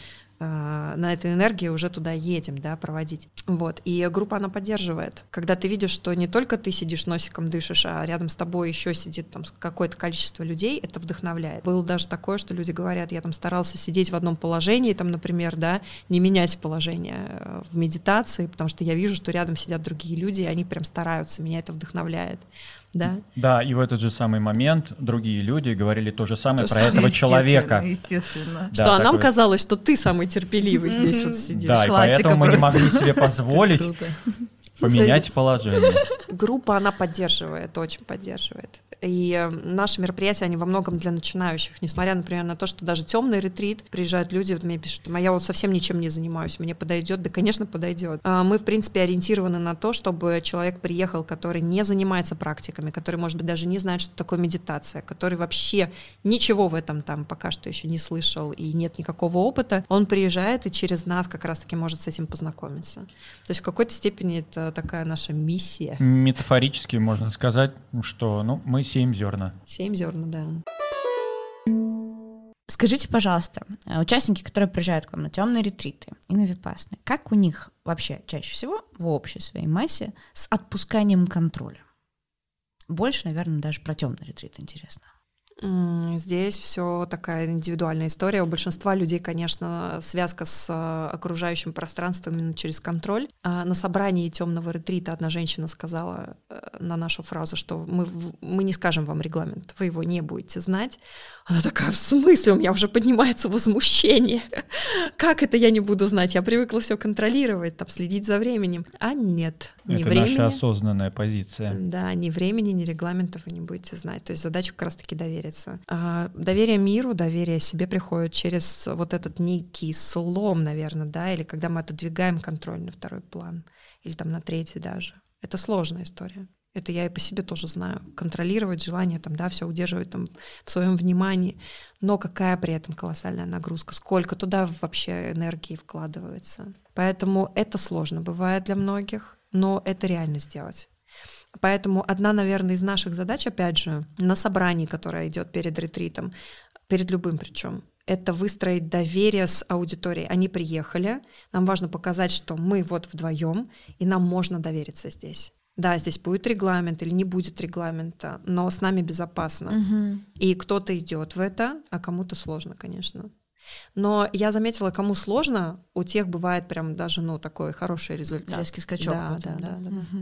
на этой энергии уже туда едем, да, проводить. Вот. И группа, она поддерживает. Когда ты видишь, что не только ты сидишь, носиком дышишь, а рядом с тобой еще сидит там какое-то количество людей, это вдохновляет. Было даже такое, что люди говорят, я там старался сидеть в одном положении, там, например, да, не менять положение в медитации, потому что я вижу, что рядом сидят другие люди, и они прям стараются, меня это вдохновляет. Да? Да, и в этот же самый момент другие люди говорили то же самое про этого человека. Естественно. Да, что нам казалось, что ты самый терпеливый здесь вот сидишь. Да, и поэтому мы не могли себе позволить поменять положение. Группа, она поддерживает, очень поддерживает. И наши мероприятия, они во многом для начинающих. Несмотря, например, на то, что даже темный ретрит, приезжают люди, вот мне пишут, а я вот совсем ничем не занимаюсь, мне подойдет? Да, конечно, подойдет. Мы, в принципе, ориентированы на то, чтобы человек приехал, который не занимается практиками, который, может быть, даже не знает, что такое медитация, который вообще ничего в этом там пока что еще не слышал и нет никакого опыта, он приезжает и через нас как раз-таки может с этим познакомиться. То есть в какой-то степени это такая наша миссия. Метафорически можно сказать, что мы сеем зерна. Сеем зерна, да. Скажите, пожалуйста, участники, которые приезжают к вам на темные ретриты и на випассаны, как у них вообще чаще всего в общей своей массе с отпусканием контроля? Больше, наверное, даже про темный ретрит интересно. Здесь все такая индивидуальная история. У большинства людей, конечно, связка с окружающим пространством именно через контроль. На собрании темного ретрита одна женщина сказала на нашу фразу, что мы не скажем вам регламент, вы его не будете знать. Она такая, в смысле? У меня уже поднимается возмущение. Как это я не буду знать? Я привыкла все контролировать, там, следить за временем. А нет, ни времени. Это наша осознанная позиция. Да, ни времени, ни регламентов вы не будете знать. То есть задача как раз-таки довериться. Доверие миру, доверие себе приходит через вот этот некий слом, наверное, да, или когда мы отодвигаем контроль на второй план, или там на третий даже. Это сложная история. Это я и по себе тоже знаю. Контролировать желание, там, да, все удерживать там, в своем внимании. Но какая при этом колоссальная нагрузка, сколько туда вообще энергии вкладывается. Поэтому это сложно бывает для многих, но это реально сделать. Поэтому одна, наверное, из наших задач, опять же, на собрании, которое идет перед ретритом, перед любым причем, это выстроить доверие с аудиторией. Они приехали, нам важно показать, что мы вот вдвоем, и нам можно довериться здесь. Да, здесь будет регламент или не будет регламента, но с нами безопасно. И кто-то идет в это, а кому-то сложно, конечно. Но я заметила, кому сложно, у тех бывает прям даже, такой хороший результат. Резкий скачок. Да.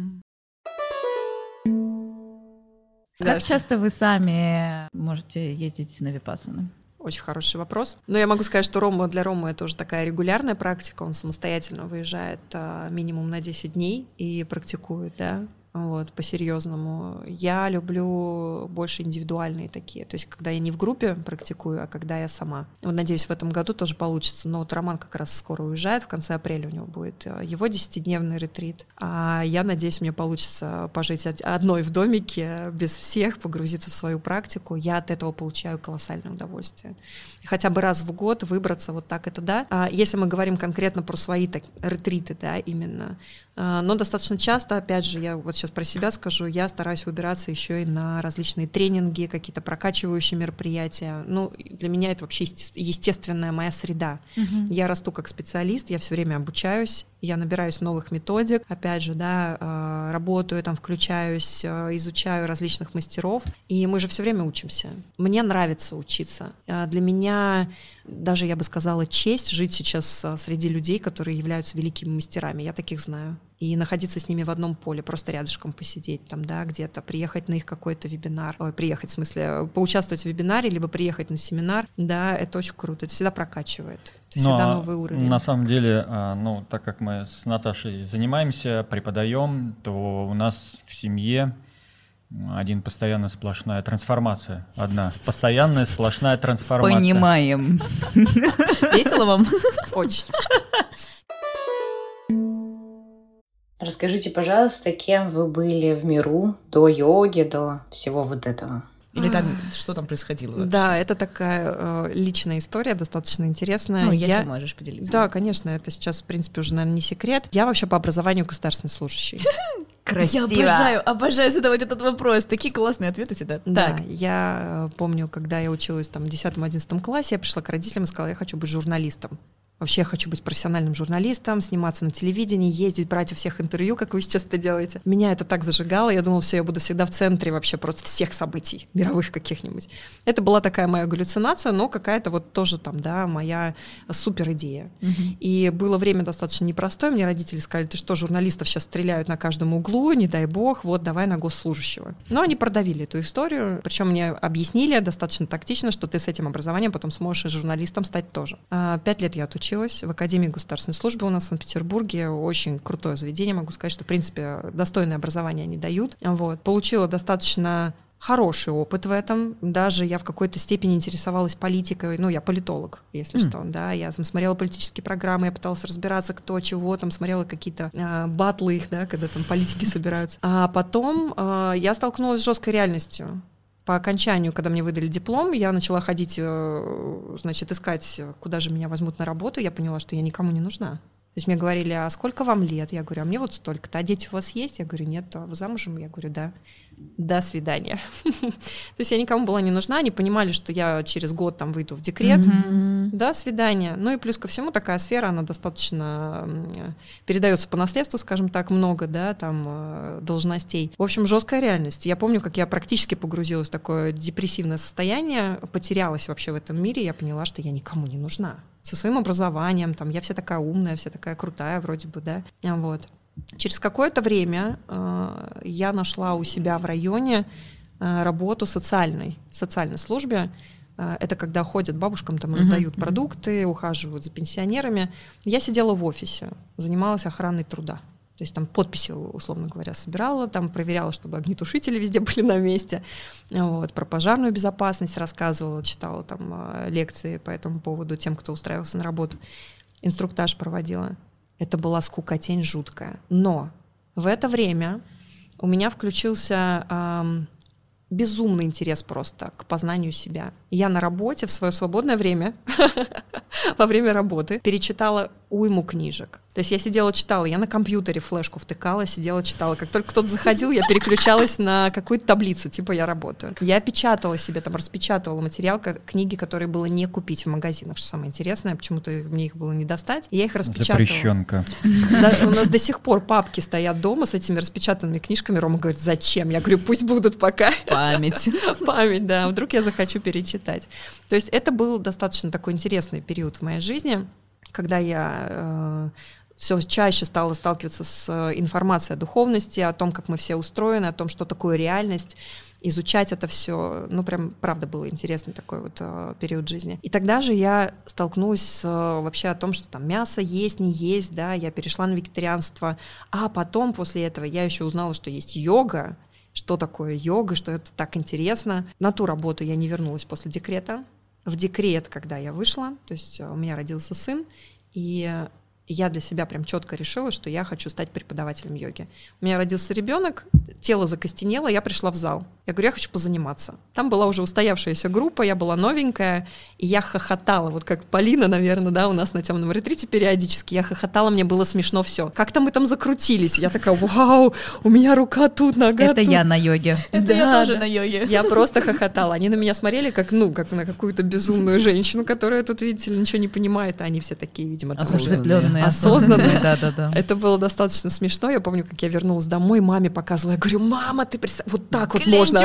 Как часто вы сами можете ездить на випассаны? Очень хороший вопрос. Но я могу сказать, что для Ромы это уже такая регулярная практика. Он самостоятельно выезжает минимум на 10 дней и практикует, да. По-серьезному. Я люблю больше индивидуальные такие. То есть, когда я не в группе практикую, а когда я сама. Надеюсь, в этом году тоже получится. Но Роман как раз скоро уезжает, в конце апреля у него будет его 10-дневный ретрит. А я надеюсь, мне получится пожить одной в домике, без всех, погрузиться в свою практику. Я от этого получаю колоссальное удовольствие. Хотя бы раз в год выбраться вот так, это да. А если мы говорим конкретно про свои ретриты, да, именно. Но достаточно часто, опять же, я вот сейчас про себя скажу, я стараюсь выбираться еще и на различные тренинги, какие-то прокачивающие мероприятия. Для меня это вообще естественная моя среда. Я расту как специалист, я все время обучаюсь, я набираюсь новых методик, опять же, да, работаю, включаюсь, изучаю различных мастеров, и мы же все время учимся. Мне нравится учиться. Для меня даже, я бы сказала, честь жить сейчас среди людей, которые являются великими мастерами. Я таких знаю. И находиться с ними в одном поле, просто рядышком посидеть там, да, где-то, приехать на их какой-то вебинар. Приехать, в смысле, поучаствовать в вебинаре, либо приехать на семинар. Да, это очень круто, это всегда прокачивает. Это всегда новый уровень. На самом деле, так как мы с Наташей занимаемся, преподаем, то у нас в семье постоянная сплошная трансформация. Одна постоянная сплошная трансформация. Понимаем. Весело вам? Очень. Расскажите, пожалуйста, кем вы были в миру до йоги, до всего вот этого? Или что там происходило вообще? Да, это такая личная история, достаточно интересная. Если можешь поделиться. Да, конечно, это сейчас, в принципе, уже, наверное, не секрет. Я вообще по образованию государственный служащий. Красиво. Я обожаю задавать этот вопрос. Такие классные ответы всегда. Да, я помню, когда я училась в 10-11 классе, я пришла к родителям и сказала, я хочу быть журналистом. Вообще я хочу быть профессиональным журналистом, сниматься на телевидении, ездить, брать у всех интервью, как вы сейчас это делаете. Меня это так зажигало, я думала, все, я буду всегда в центре вообще просто всех событий, мировых каких-нибудь. Это была такая моя галлюцинация, но какая-то тоже моя супер идея. И было время достаточно непростое, мне родители сказали, ты что, журналистов сейчас стреляют на каждом углу, не дай бог, давай на госслужащего. Но они продавили эту историю, причем мне объяснили достаточно тактично, что ты с этим образованием потом сможешь и журналистом стать тоже. 5 лет я отучилась в Академии государственной службы у нас в Санкт-Петербурге. Очень крутое заведение, могу сказать, что, в принципе, достойное образование они дают. Получила достаточно хороший опыт в этом. Даже я в какой-то степени интересовалась политикой. Я политолог, если что. Да, я смотрела политические программы, я пыталась разбираться, кто чего, смотрела какие-то батлы их, да, когда там политики собираются. А потом я столкнулась с жесткой реальностью. По окончанию, когда мне выдали диплом, я начала ходить, искать, куда же меня возьмут на работу. Я поняла, что я никому не нужна. То есть мне говорили, а сколько вам лет? Я говорю, а мне вот столько-то. А дети у вас есть? Я говорю, нет. А вы замужем? Я говорю, да. До свидания. То есть я никому была не нужна. Они понимали, что я через год выйду в декрет. До свидания. И плюс ко всему такая сфера, она достаточно передается по наследству, скажем так, много, да, должностей. В общем, жесткая реальность. Я помню, как я практически погрузилась в такое депрессивное состояние, потерялась вообще в этом мире. Я поняла, что я никому не нужна. Со своим образованием, я вся такая умная, вся такая крутая вроде бы, да. Через какое-то время я нашла у себя в районе работу в социальной службе. Это когда ходят бабушкам, раздают продукты, ухаживают за пенсионерами. Я сидела в офисе, занималась охраной труда. То есть подписи, условно говоря, собирала, проверяла, чтобы огнетушители везде были на месте. Про пожарную безопасность рассказывала, читала лекции по этому поводу тем, кто устраивался на работу. Инструктаж проводила. Это была скукотень жуткая. Но в это время у меня включился безумный интерес просто к познанию себя. Я на работе в свое свободное время, во время работы, перечитала уйму книжек. То То есть я сидела, читала, я на компьютере флешку втыкала, сидела, читала. Как только кто-то заходил, я переключалась на какую-то таблицу, типа я работаю. Я печатала себе, там распечатывала материал, книги, которые было не купить в магазинах, что самое интересное, почему-то мне их было не достать. И я их распечатала. Запрещенка. Да, у нас до сих пор папки стоят дома с этими распечатанными книжками. Рома говорит, зачем? Я говорю, пусть будут пока. Память. Память, да, вдруг я захочу перечитать. То есть это был достаточно такой интересный период в моей жизни, когда я все чаще стала сталкиваться с информацией о духовности, о том, как мы все устроены, о том, что такое реальность, изучать это все, ну, прям, правда, был интересный такой вот период жизни. И тогда же я столкнулась с вообще о том, что там мясо есть, не есть, да, я перешла на вегетарианство, а потом после этого я еще узнала, что есть йога, что такое йога, что это так интересно. На ту работу я не вернулась после декрета. В декрет, когда я вышла, то есть у меня родился сын, и я для себя прям четко решила, что я хочу стать преподавателем йоги. У меня родился ребенок, тело закостенело, я пришла в зал. Я говорю, я хочу позаниматься. Там была уже устоявшаяся группа, я была новенькая, и я хохотала, вот как Полина, наверное, да, у нас на темном ретрите периодически. Я хохотала, мне было смешно все. Как-то мы там закрутились. Я такая, вау, у меня рука тут, нога Это тут. я на йоге. Это я тоже на йоге. Я просто хохотала. Они на меня смотрели, как на какую-то безумную женщину, которая тут, видите ли, ничего не понимает, а они все такие, видимо, там уже Осуществленные. осознанные. Да. Это было достаточно смешно. Я помню, как я вернулась домой, маме показывала. Я говорю, мама, ты представь, вот так вот можно.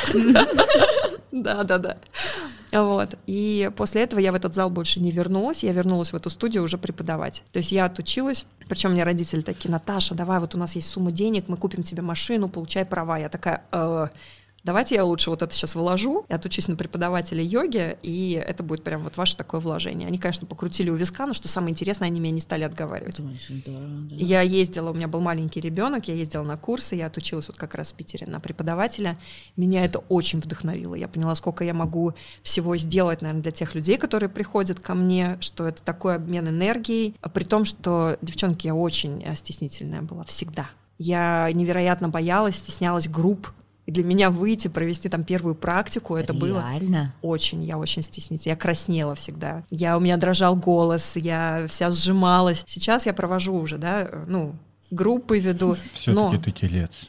Да. Вот. И после этого я в этот зал больше не вернулась. Я вернулась в эту студию уже преподавать. То есть я отучилась. Причем мне родители такие, Наташа, давай, вот у нас есть сумма денег, мы купим тебе машину, получай права. Я такая, давайте я лучше вот это сейчас вложу, я отучусь на преподавателя йоги, и это будет прям вот ваше такое вложение. Они, конечно, покрутили у виска, но что самое интересное, они меня не стали отговаривать. Это очень здорово, да. Я ездила, у меня был маленький ребенок, я ездила на курсы, я отучилась вот как раз в Питере на преподавателя. Меня это очень вдохновило. Я поняла, сколько я могу всего сделать, наверное, для тех людей, которые приходят ко мне, что это такой обмен энергией, при том, что, девчонки, я очень стеснительная была всегда. Я невероятно боялась, стеснялась групп. И для меня выйти, провести там первую практику, это было очень, я очень стеснительна. Я краснела всегда. У меня дрожал голос, я вся сжималась. Сейчас я провожу уже, да, группы веду. Все-таки ты телец.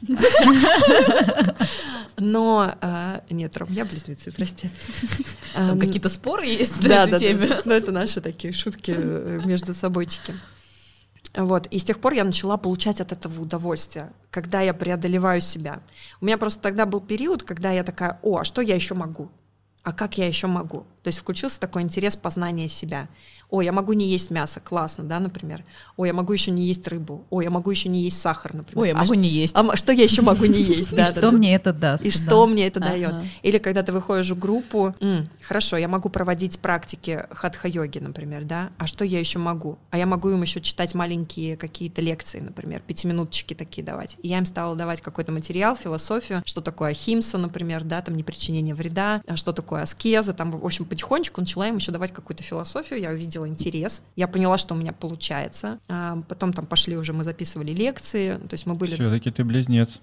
Но нет, Ром, я близнецы, прости. Там какие-то споры есть на этой теме? Да. Ну, это наши такие шутки между собойчики. Вот. И с тех пор я начала получать от этого удовольствие, когда я преодолеваю себя. У меня просто тогда был период, когда я такая, а что я еще могу? А как я еще могу? То есть включился такой интерес познания себя. Я могу не есть мясо, классно, да, например. Я могу еще не есть рыбу. Я могу еще не есть сахар, например. Я могу не есть. Что я еще могу не есть? И что мне это даст? И что мне это дает? Или когда ты выходишь в группу, хорошо, я могу проводить практики хатха-йоги, например, да, а что я еще могу? А я могу им еще читать маленькие какие-то лекции, например, 5-минуточки такие давать. И я им стала давать какой-то материал, философию, что такое ахимса, например, да, там непричинение вреда, что такое аскеза, там, в общем, потихонечку начала им еще давать какую-то философию, я увидела интерес, я поняла, что у меня получается, потом там пошли уже, мы записывали лекции, то есть мы были... Все-таки ты близнец.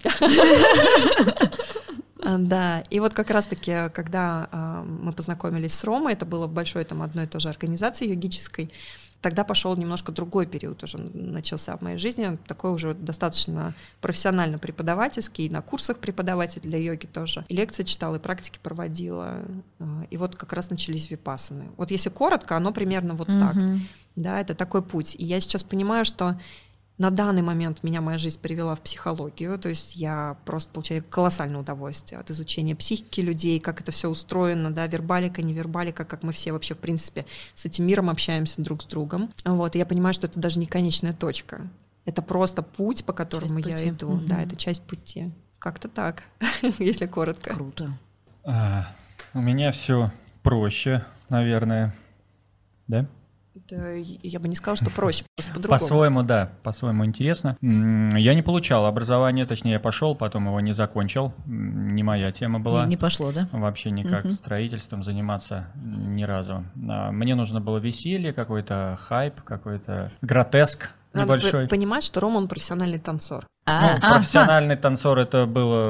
Да, и вот как раз-таки, когда мы познакомились с Ромой, это было в большой там одной и той же организации йогической, тогда пошел немножко другой период уже начался в моей жизни, такой уже достаточно профессионально преподавательский, и на курсах преподаватель для йоги тоже. И лекции читала, и практики проводила, и вот как раз начались випассаны. Вот если коротко, оно примерно вот так. Да, это такой путь. И я сейчас понимаю, что на данный момент меня моя жизнь привела в психологию, то есть я просто получаю колоссальное удовольствие от изучения психики людей, как это все устроено, да, вербалика, невербалика, как мы все вообще, в принципе, с этим миром общаемся друг с другом. Вот, и я понимаю, что это даже не конечная точка. Это просто путь, по которому я иду. Да, это часть пути. Как-то так, если коротко. Круто. У меня все проще, наверное. Да? Да, я бы не сказала, что проще, просто по-другому. По-своему, да, по-своему интересно. Я не получал образование, точнее, я пошел, потом его не закончил. Не моя тема была. Не пошло, да? Вообще никак строительством заниматься ни разу. Мне нужно было веселье, какой-то хайп, какой-то гротеск небольшой. Надо понимать, что Рома, он профессиональный танцор. Профессиональный танцор это было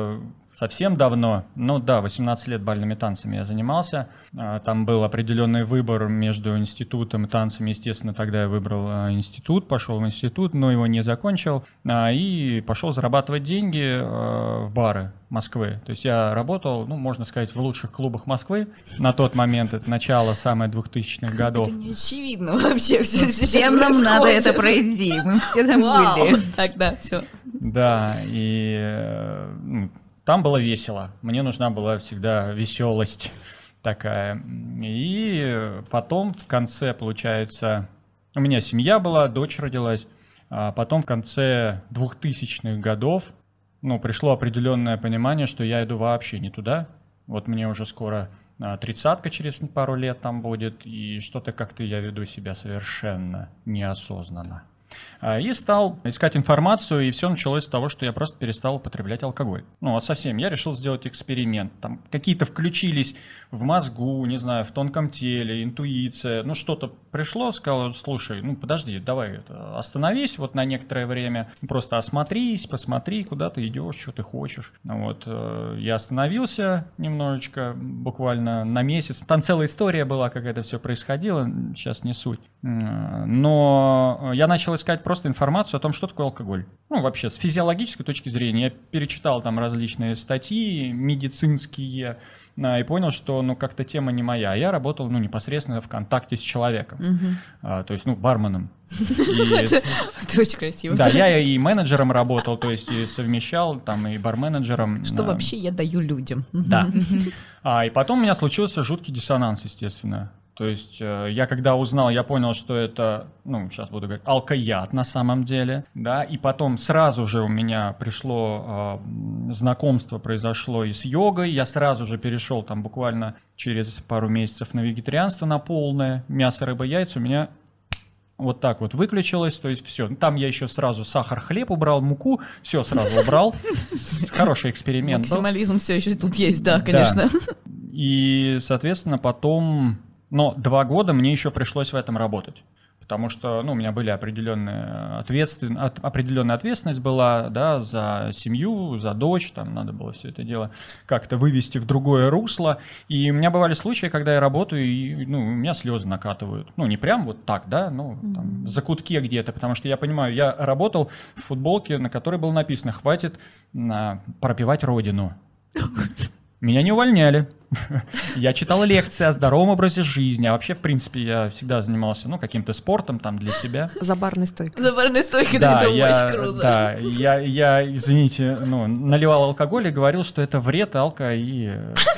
совсем давно. 18 лет бальными танцами я занимался. Там был определенный выбор между институтом и танцами. Естественно, тогда я выбрал институт, пошел в институт, но его не закончил. И пошел зарабатывать деньги в бары Москвы. То есть я работал, можно сказать, в лучших клубах Москвы. На тот момент, это начало самых 2000-х годов. Это не очевидно вообще. Всем нам надо это пройти. Мы все там были. Тогда все. Да, и там было весело. Мне нужна была всегда веселость такая. И потом в конце, получается, у меня семья была, дочь родилась. А потом в конце 2000-х годов пришло определенное понимание, что я иду вообще не туда. Вот мне уже скоро 30-ка через пару лет там будет, и что-то как-то я веду себя совершенно неосознанно. И стал искать информацию, и все началось с того, что я просто перестал употреблять алкоголь. Совсем. Я решил сделать эксперимент. Там какие-то включились в мозгу, не знаю, в тонком теле, интуиция. Что-то пришло, сказал, слушай, подожди, давай остановись вот на некоторое время, просто осмотрись, посмотри, куда ты идешь, что ты хочешь. Я остановился немножечко, буквально на месяц. Там целая история была, как это все происходило, сейчас не суть. Но я начал искать просто информацию о том, что такое алкоголь. Вообще, с физиологической точки зрения. Я перечитал там различные статьи медицинские и понял, что как-то тема не моя. Я работал непосредственно в контакте с человеком, то есть барменом. Это очень красиво. Да, я и менеджером работал, то есть и совмещал там и барменеджером. Что вообще я даю людям. Да. И потом у меня случился жуткий диссонанс, естественно. То есть я когда узнал, я понял, что это, сейчас буду говорить, алкояд на самом деле, да, и потом сразу же у меня пришло знакомство, произошло и с йогой, я сразу же перешел там буквально через пару месяцев на вегетарианство, на полное, мясо, рыба, яйца у меня вот так вот выключилось, то есть все, там я еще сразу сахар, хлеб убрал, муку, все сразу убрал, хороший эксперимент. Максимализм все еще тут есть, да, конечно. И, соответственно, потом... Но 2 года мне еще пришлось в этом работать, потому что у меня были определенная ответственность была, да, за семью, за дочь, там надо было все это дело как-то вывести в другое русло. И у меня бывали случаи, когда я работаю, и у меня слезы накатывают. Не прям вот так, да, там, в закутке где-то, потому что я понимаю, я работал в футболке, на которой было написано «Хватит пропивать родину». Меня не увольняли. Я читал лекции о здоровом образе жизни. А вообще, в принципе, я всегда занимался, каким-то спортом там для себя. За барной стойкой. За барной стойкой, да, это очень круто. Да, я, извините, наливал алкоголь и говорил, что это вред, и...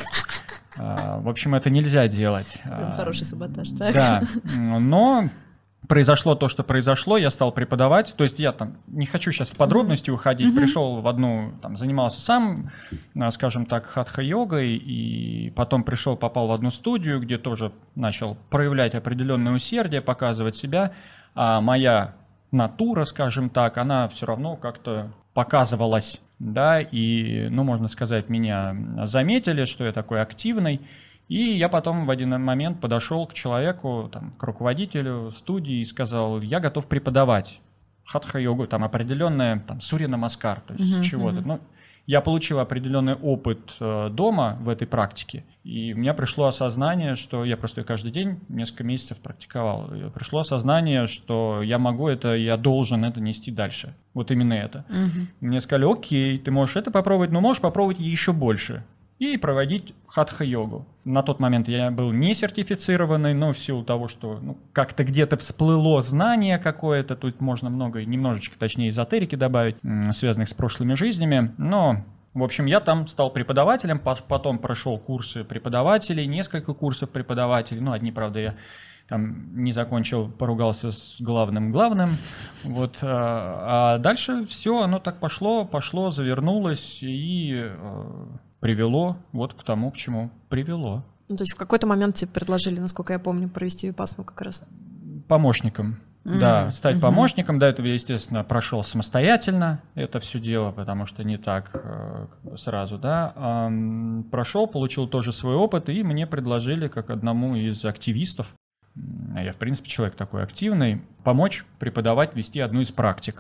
В общем, это нельзя делать. Хороший саботаж, так? Да, но... Произошло то, что произошло, я стал преподавать, то есть я там не хочу сейчас в подробности уходить, пришел в одну, там, занимался сам, скажем так, хатха-йогой, и потом попал в одну студию, где тоже начал проявлять определенное усердие, показывать себя, а моя натура, скажем так, она все равно как-то показывалась, да, и, можно сказать, меня заметили, что я такой активный. И я потом в один момент подошел к человеку, к руководителю студии и сказал, я готов преподавать хатха-йогу, там определенное, сурья-намаскар, то есть с чего-то. Я получил определенный опыт дома в этой практике, и у меня пришло осознание, что я просто каждый день несколько месяцев практиковал. И пришло осознание, что я могу это, я должен это нести дальше. Вот именно это. Мне сказали, окей, ты можешь это попробовать, но можешь попробовать еще больше. И проводить хатха-йогу. На тот момент я был не сертифицированный, но в силу того, что как-то где-то всплыло знание какое-то, тут можно немножечко, точнее, эзотерики добавить, связанных с прошлыми жизнями, но... В общем, я там стал преподавателем, потом прошел курсы преподавателей, несколько курсов преподавателей, одни, правда, я там не закончил, поругался с главным, вот, а дальше все, оно так пошло, завернулось и... привело вот к тому, к чему привело. То есть в какой-то момент тебе предложили, насколько я помню, провести випассану как раз? Помощником. Да, стать помощником. До этого я, естественно, прошел самостоятельно это все дело, потому что не так сразу, да. Прошел, получил тоже свой опыт, и мне предложили, как одному из активистов, я, в принципе, человек такой активный, помочь преподавать, вести одну из практик.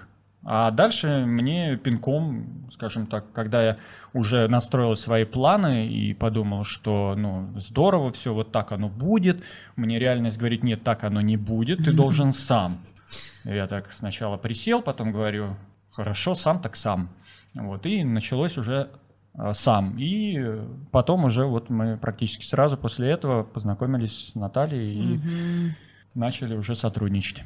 А дальше мне пинком, скажем так, когда я уже настроил свои планы и подумал, что, здорово, все вот так оно будет, мне реальность говорит, нет, так оно не будет, ты должен сам. Я так сначала присел, потом говорю, хорошо, сам так сам. Вот, и началось уже сам. И потом уже вот мы практически сразу после этого познакомились с Натальей и начали уже сотрудничать.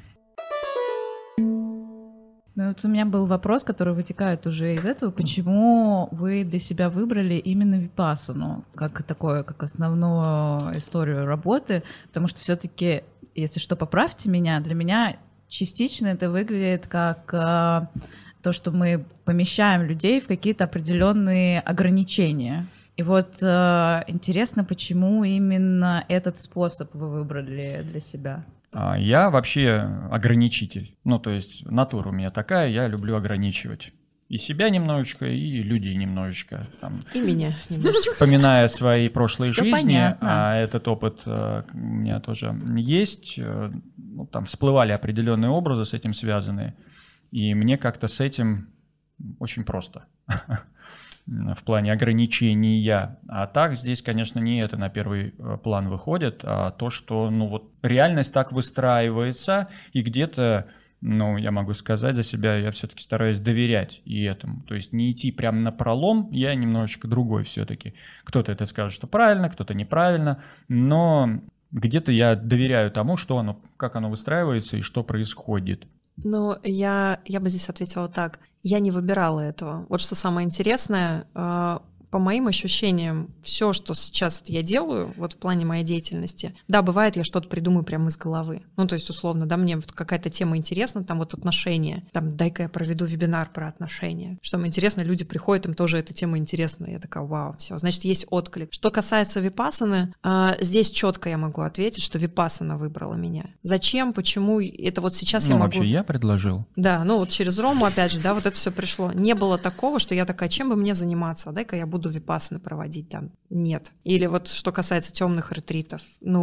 Вот у меня был вопрос, который вытекает уже из этого. Почему вы для себя выбрали именно випассану как основную историю работы? Потому что все-таки, если что, поправьте меня, для меня частично это выглядит как то, что мы помещаем людей в какие-то определенные ограничения. И вот интересно, почему именно этот способ вы выбрали для себя? Я вообще ограничитель. То есть натура у меня такая, я люблю ограничивать. И себя немножечко, и людей немножечко. И меня немножечко. Вспоминая свои прошлые Всё жизни, понятно. а этот опыт у меня тоже есть, там всплывали определенные образы с этим связанные, и мне как-то с этим очень просто в плане ограничения. А так здесь, конечно, не это на первый план выходит, а то, что реальность так выстраивается, и где-то, я могу сказать за себя, я все-таки стараюсь доверять и этому. То есть не идти прямо напролом, я немножечко другой все-таки. Кто-то это скажет, что правильно, кто-то неправильно, но где-то я доверяю тому, как оно выстраивается и что происходит. Я бы здесь ответила так. Я не выбирала этого. Вот что самое интересное, по моим ощущениям, все, что сейчас я делаю, вот в плане моей деятельности, да, бывает, я что-то придумаю прямо из головы. То есть, условно, да, мне вот какая-то тема интересна, там вот отношения, дай-ка я проведу вебинар про отношения. Что самое интересное, люди приходят, им тоже эта тема интересна. Я такая, вау, все, значит, есть отклик. Что касается випассаны, здесь четко я могу ответить, что випассана выбрала меня. Зачем, почему, это вот сейчас я могу... Вообще я предложил. Да, вот через Рому, опять же, да, вот это все пришло. Не было такого, что я такая, чем бы мне заниматься, дай-ка я буду випассаны проводить там. Нет. Или вот что касается темных ретритов.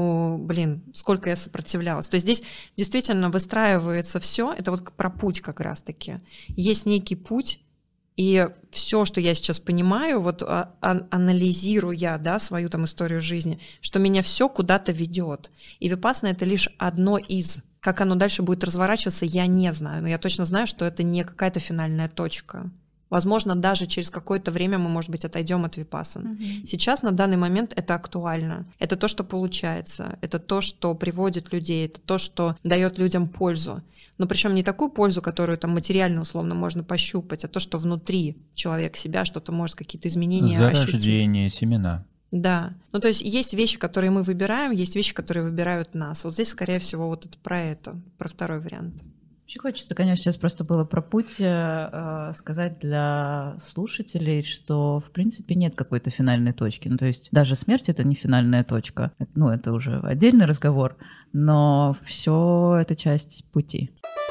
Сколько я сопротивлялась. То есть здесь действительно выстраивается все. Это вот про путь как раз-таки. Есть некий путь, и все, что я сейчас понимаю, анализируя, да, свою там историю жизни, что меня все куда-то ведет. И випассана — это лишь одно из. Как оно дальше будет разворачиваться, я не знаю. Но я точно знаю, что это не какая-то финальная точка. Возможно, даже через какое-то время мы, может быть, отойдем от випассаны. Сейчас, на данный момент, это актуально. Это то, что получается. Это то, что приводит людей. Это то, что дает людям пользу. Но причем не такую пользу, которую там материально, условно, можно пощупать, а то, что внутри человека себя что-то может, какие-то изменения ощутить. Зарождение, семена. Да. То есть есть вещи, которые мы выбираем, есть вещи, которые выбирают нас. Вот здесь, скорее всего, вот это, про второй вариант. Вообще хочется, конечно, сейчас просто было про путь сказать для слушателей, что, в принципе, нет какой-то финальной точки. То есть даже смерть — это не финальная точка. Это уже отдельный разговор, но все это часть пути.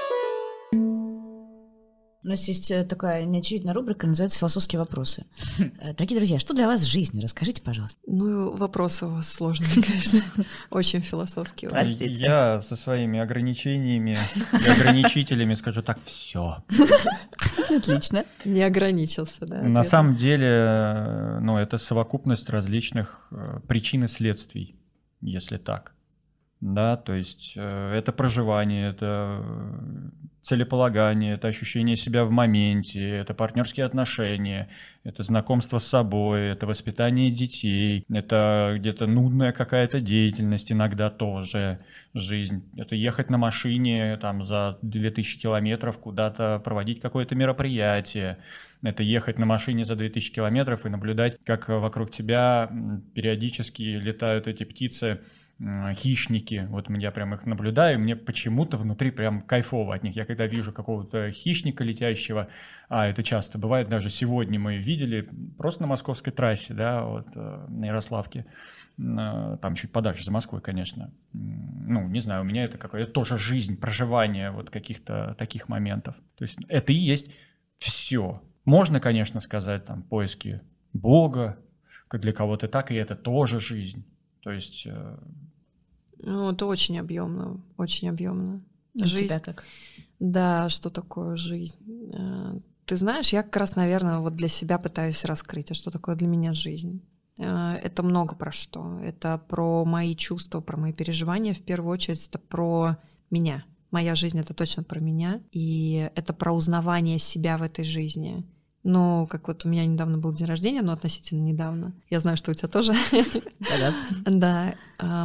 У нас есть такая неочевидная рубрика, называется «Философские вопросы». Дорогие друзья, что для вас жизнь? Расскажите, пожалуйста. Вопросы у вас сложные, конечно. Очень философские. Простите. Я со своими ограничениями и ограничителями скажу так: все. Отлично. Не ограничился, да? На самом деле, это совокупность различных причин и следствий, если так. Да, то есть это проживание, это целеполагание, это ощущение себя в моменте, это партнерские отношения, это знакомство с собой, это воспитание детей, это где-то нудная какая-то деятельность иногда тоже, жизнь. Это ехать на машине там за 2000 километров куда-то, проводить какое-то мероприятие. Это ехать на машине за 2000 километров и наблюдать, как вокруг тебя периодически летают эти птицы, хищники. Вот я прям их наблюдаю, и мне почему-то внутри прям кайфово от них. Я когда вижу какого-то хищника летящего, это часто бывает, даже сегодня мы видели просто на московской трассе, да, на Ярославке, там чуть подальше, за Москвой, конечно. Не знаю, у меня это какая-то тоже жизнь, проживание каких-то таких моментов. То есть это и есть все. Можно, конечно, сказать, там, поиски Бога, как для кого-то так, и это тоже жизнь. То есть... это очень объемно, очень объемно. Жизнь. У тебя как? Да, что такое жизнь? Ты знаешь, я как раз, наверное, вот для себя пытаюсь раскрыть, а что такое для меня жизнь. Это много про что. Это про мои чувства, про мои переживания. В первую очередь это про меня. Моя жизнь — это точно про меня. И это про узнавание себя в этой жизни. Ну, как вот у меня недавно был день рождения, но относительно недавно. Я знаю, что у тебя тоже. Да.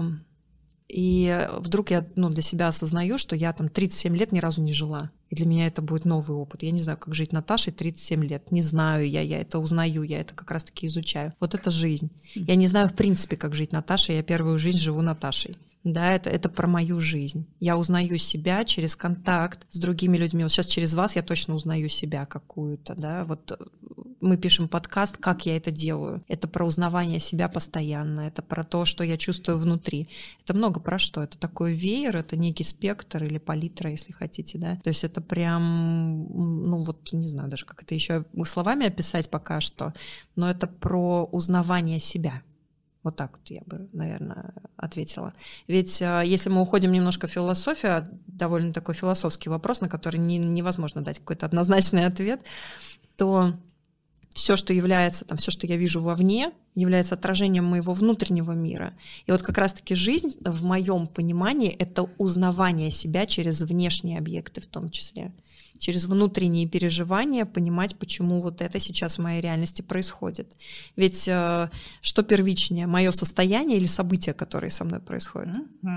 И вдруг я для себя осознаю, что я там 37 лет ни разу не жила. И для меня это будет новый опыт. Я не знаю, как жить Наташей 37 лет. Не знаю я это узнаю, я это как раз-таки изучаю. Вот это жизнь. Я не знаю, в принципе, как жить Наташей. Я первую жизнь живу Наташей. Да, это про мою жизнь. Я узнаю себя через контакт с другими людьми. Вот сейчас через вас я точно узнаю себя какую-то, да. Вот мы пишем подкаст, как я это делаю. Это про узнавание себя постоянно, это про то, что я чувствую внутри. Это много про что. Это такой веер, это некий спектр или палитра, если хотите, да. То есть это прям, не знаю даже, как это еще словами описать пока что, но это про узнавание себя. Вот так вот я бы, наверное, ответила. Ведь если мы уходим немножко в философию, довольно такой философский вопрос, на который невозможно дать какой-то однозначный ответ, то все, что является, все, что я вижу вовне, является отражением моего внутреннего мира. И вот как раз-таки жизнь, в моем понимании, это узнавание себя через внешние объекты в том числе. Через внутренние переживания понимать, почему вот это сейчас в моей реальности происходит. Ведь что первичнее, мое состояние или события, которые со мной происходят?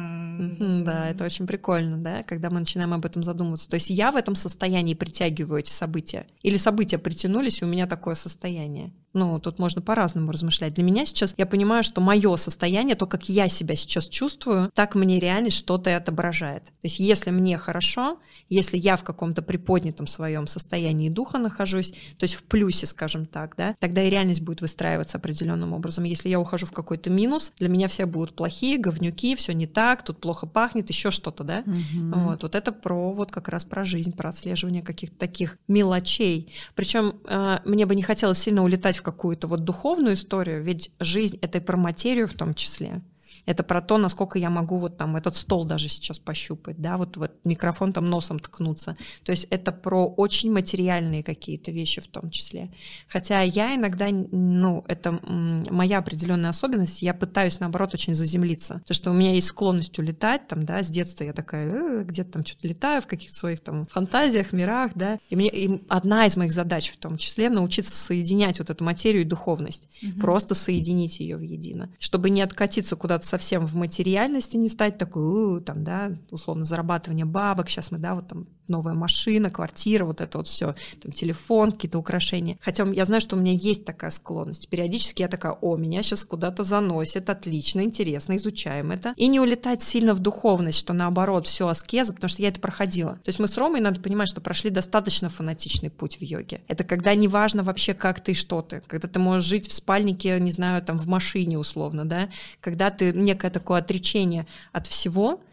Да, это очень прикольно, да, когда мы начинаем об этом задумываться. То есть я в этом состоянии притягиваю эти события? Или события притянулись, и у меня такое состояние? Тут можно по-разному размышлять. Для меня сейчас, я понимаю, что мое состояние, то, как я себя сейчас чувствую, так мне реальность что-то и отображает. То есть если мне хорошо, если я в каком-то приподнятом своем состоянии духа нахожусь, то есть в плюсе, скажем так, да, тогда и реальность будет выстраиваться определенным образом. Если я ухожу в какой-то минус, для меня все будут плохие, говнюки, все не так, тут плохо пахнет, еще что-то, да. Вот это как раз про жизнь, про отслеживание каких-то таких мелочей. Причем мне бы не хотелось сильно улетать в какую-то духовную историю, ведь жизнь — это и про материю в том числе. Это про то, насколько я могу этот стол даже сейчас пощупать, да, вот микрофон носом ткнуться. То есть это про очень материальные какие-то вещи в том числе. Хотя я иногда, это моя определенная особенность, я пытаюсь, наоборот, очень заземлиться. Потому что у меня есть склонность улетать, с детства я такая, где-то что-то летаю в каких-то своих фантазиях, мирах, да. И одна из моих задач в том числе научиться соединять эту материю и духовность. Просто соединить ее воедино. Чтобы не откатиться куда-то совсем в материальности, не стать такой, условно, зарабатывание бабок, сейчас мы, новая машина, квартира, это все, телефон, какие-то украшения. Хотя я знаю, что у меня есть такая склонность. Периодически я такая, меня сейчас куда-то заносит, отлично, интересно, изучаем это. И не улетать сильно в духовность, что наоборот, все аскеза, потому что я это проходила. То есть мы с Ромой, надо понимать, что прошли достаточно фанатичный путь в йоге. Это когда не важно вообще, как ты, что ты. Когда ты можешь жить в спальнике, не знаю, в машине условно, да, когда ты некое такое отречение от всего,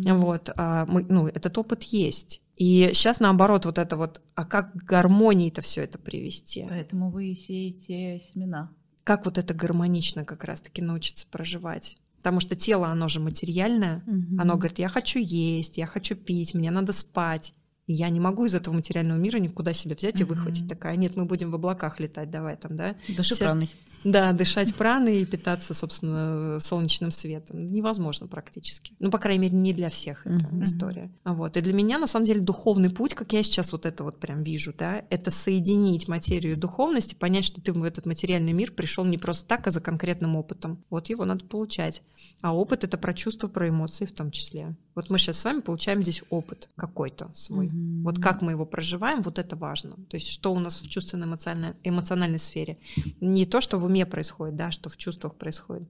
этот опыт есть. И сейчас наоборот а как к гармонии-то все это привести? Поэтому вы и сеете семена. Как это гармонично как раз-таки научиться проживать? Потому что тело, оно же материальное, оно говорит, я хочу есть, я хочу пить, мне надо спать. И я не могу из этого материального мира никуда себя взять и выхватить. Такая, нет, мы будем в облаках летать, давай да. Дыши праной. Да, дышать праной и питаться, собственно, солнечным светом. Невозможно практически. По крайней мере, не для всех эта история. И для меня, на самом деле, духовный путь, как я сейчас это прям вижу, да, это соединить материю и духовность и понять, что ты в этот материальный мир пришел не просто так, а за конкретным опытом. Его надо получать. А опыт — это про чувства, про эмоции в том числе. Мы сейчас с вами получаем здесь опыт какой-то свой. Как мы его проживаем, это важно. То есть что у нас в чувственно-эмоциональной сфере. Не то, что в уме происходит, да, что в чувствах происходит.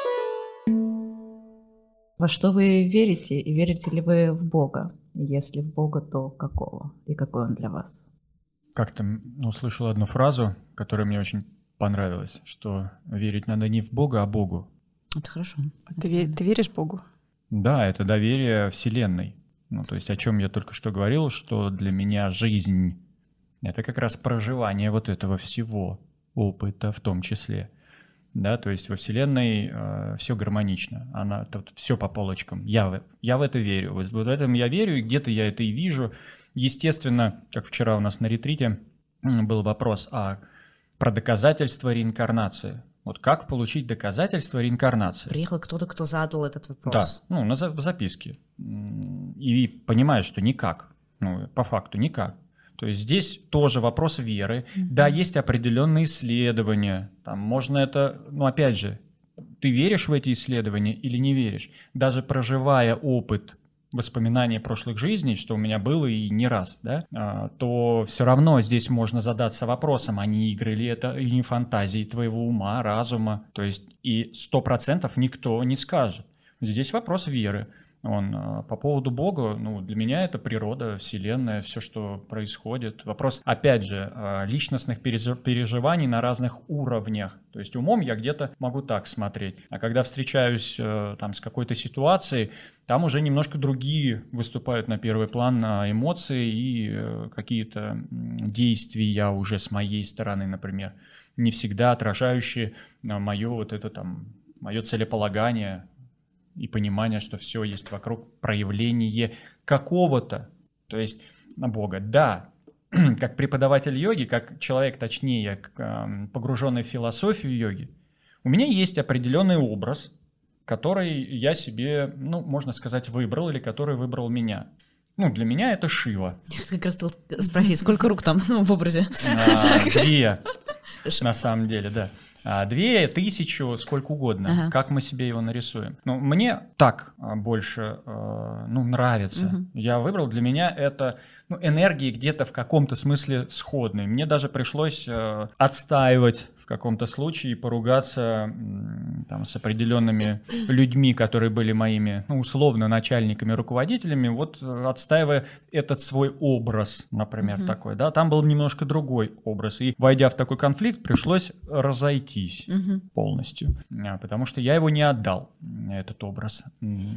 Во что вы верите? И верите ли вы в Бога? Если в Бога, то какого? И какой он для вас? Как-то услышал одну фразу, которая мне очень понравилась, что верить надо не в Бога, а Богу. Это хорошо. Ты веришь Богу? Да, это доверие Вселенной. То есть о чем я только что говорил, что для меня жизнь — это как раз проживание этого всего, опыта в том числе. Да, то есть во Вселенной все гармонично, все по полочкам. Я в это верю. В этом я верю, и где-то я это и вижу. естественно, как вчера у нас на ретрите был вопрос про доказательства реинкарнации. Вот как получить доказательства реинкарнации? Приехал кто-то, кто задал этот вопрос. Да, ну, в записке. И понимаешь, что никак. Ну, по факту никак. То есть здесь тоже вопрос веры. Да, есть определенные исследования. Там можно это, ну, опять же, ты веришь в эти исследования или не веришь? Даже проживая опыт воспоминаний прошлых жизней, что у меня было и не раз, да, то все равно здесь можно задаться вопросом, а не игры ли это, и не фантазии твоего ума, разума. То есть и 100% никто не скажет. Здесь вопрос веры. По поводу Бога, ну, для меня это природа, вселенная, все, что происходит. Вопрос, опять же, личностных переживаний на разных уровнях. То есть умом я где-то могу так смотреть. А когда встречаюсь там с какой-то ситуацией, там уже немножко другие выступают на первый план эмоции и какие-то действия уже с моей стороны, например, не всегда отражающие мое вот это там, мое целеполагание и понимание, что все есть вокруг проявление какого-то, то есть Бога. Да, как преподаватель йоги, как человек, точнее, погруженный в философию йоги, у меня есть определенный образ, который я себе, ну, можно сказать, выбрал, или который выбрал меня. Ну, для меня это Шива. Я как раз хотел спросить, сколько рук там в образе? 2, на самом деле, да. 2, 1000, сколько угодно, как мы себе его нарисуем. Но мне так больше нравится. Я выбрал, для меня это энергии где-то в каком-то смысле сходные. Мне даже пришлось отстаивать в каком-то случае, поругаться там, с определенными людьми, которые были моими, условно, начальниками, руководителями, вот отстаивая этот свой образ, например, такой, да, там был немножко другой образ, и, войдя в такой конфликт, пришлось разойтись полностью, потому что я его не отдал, этот образ.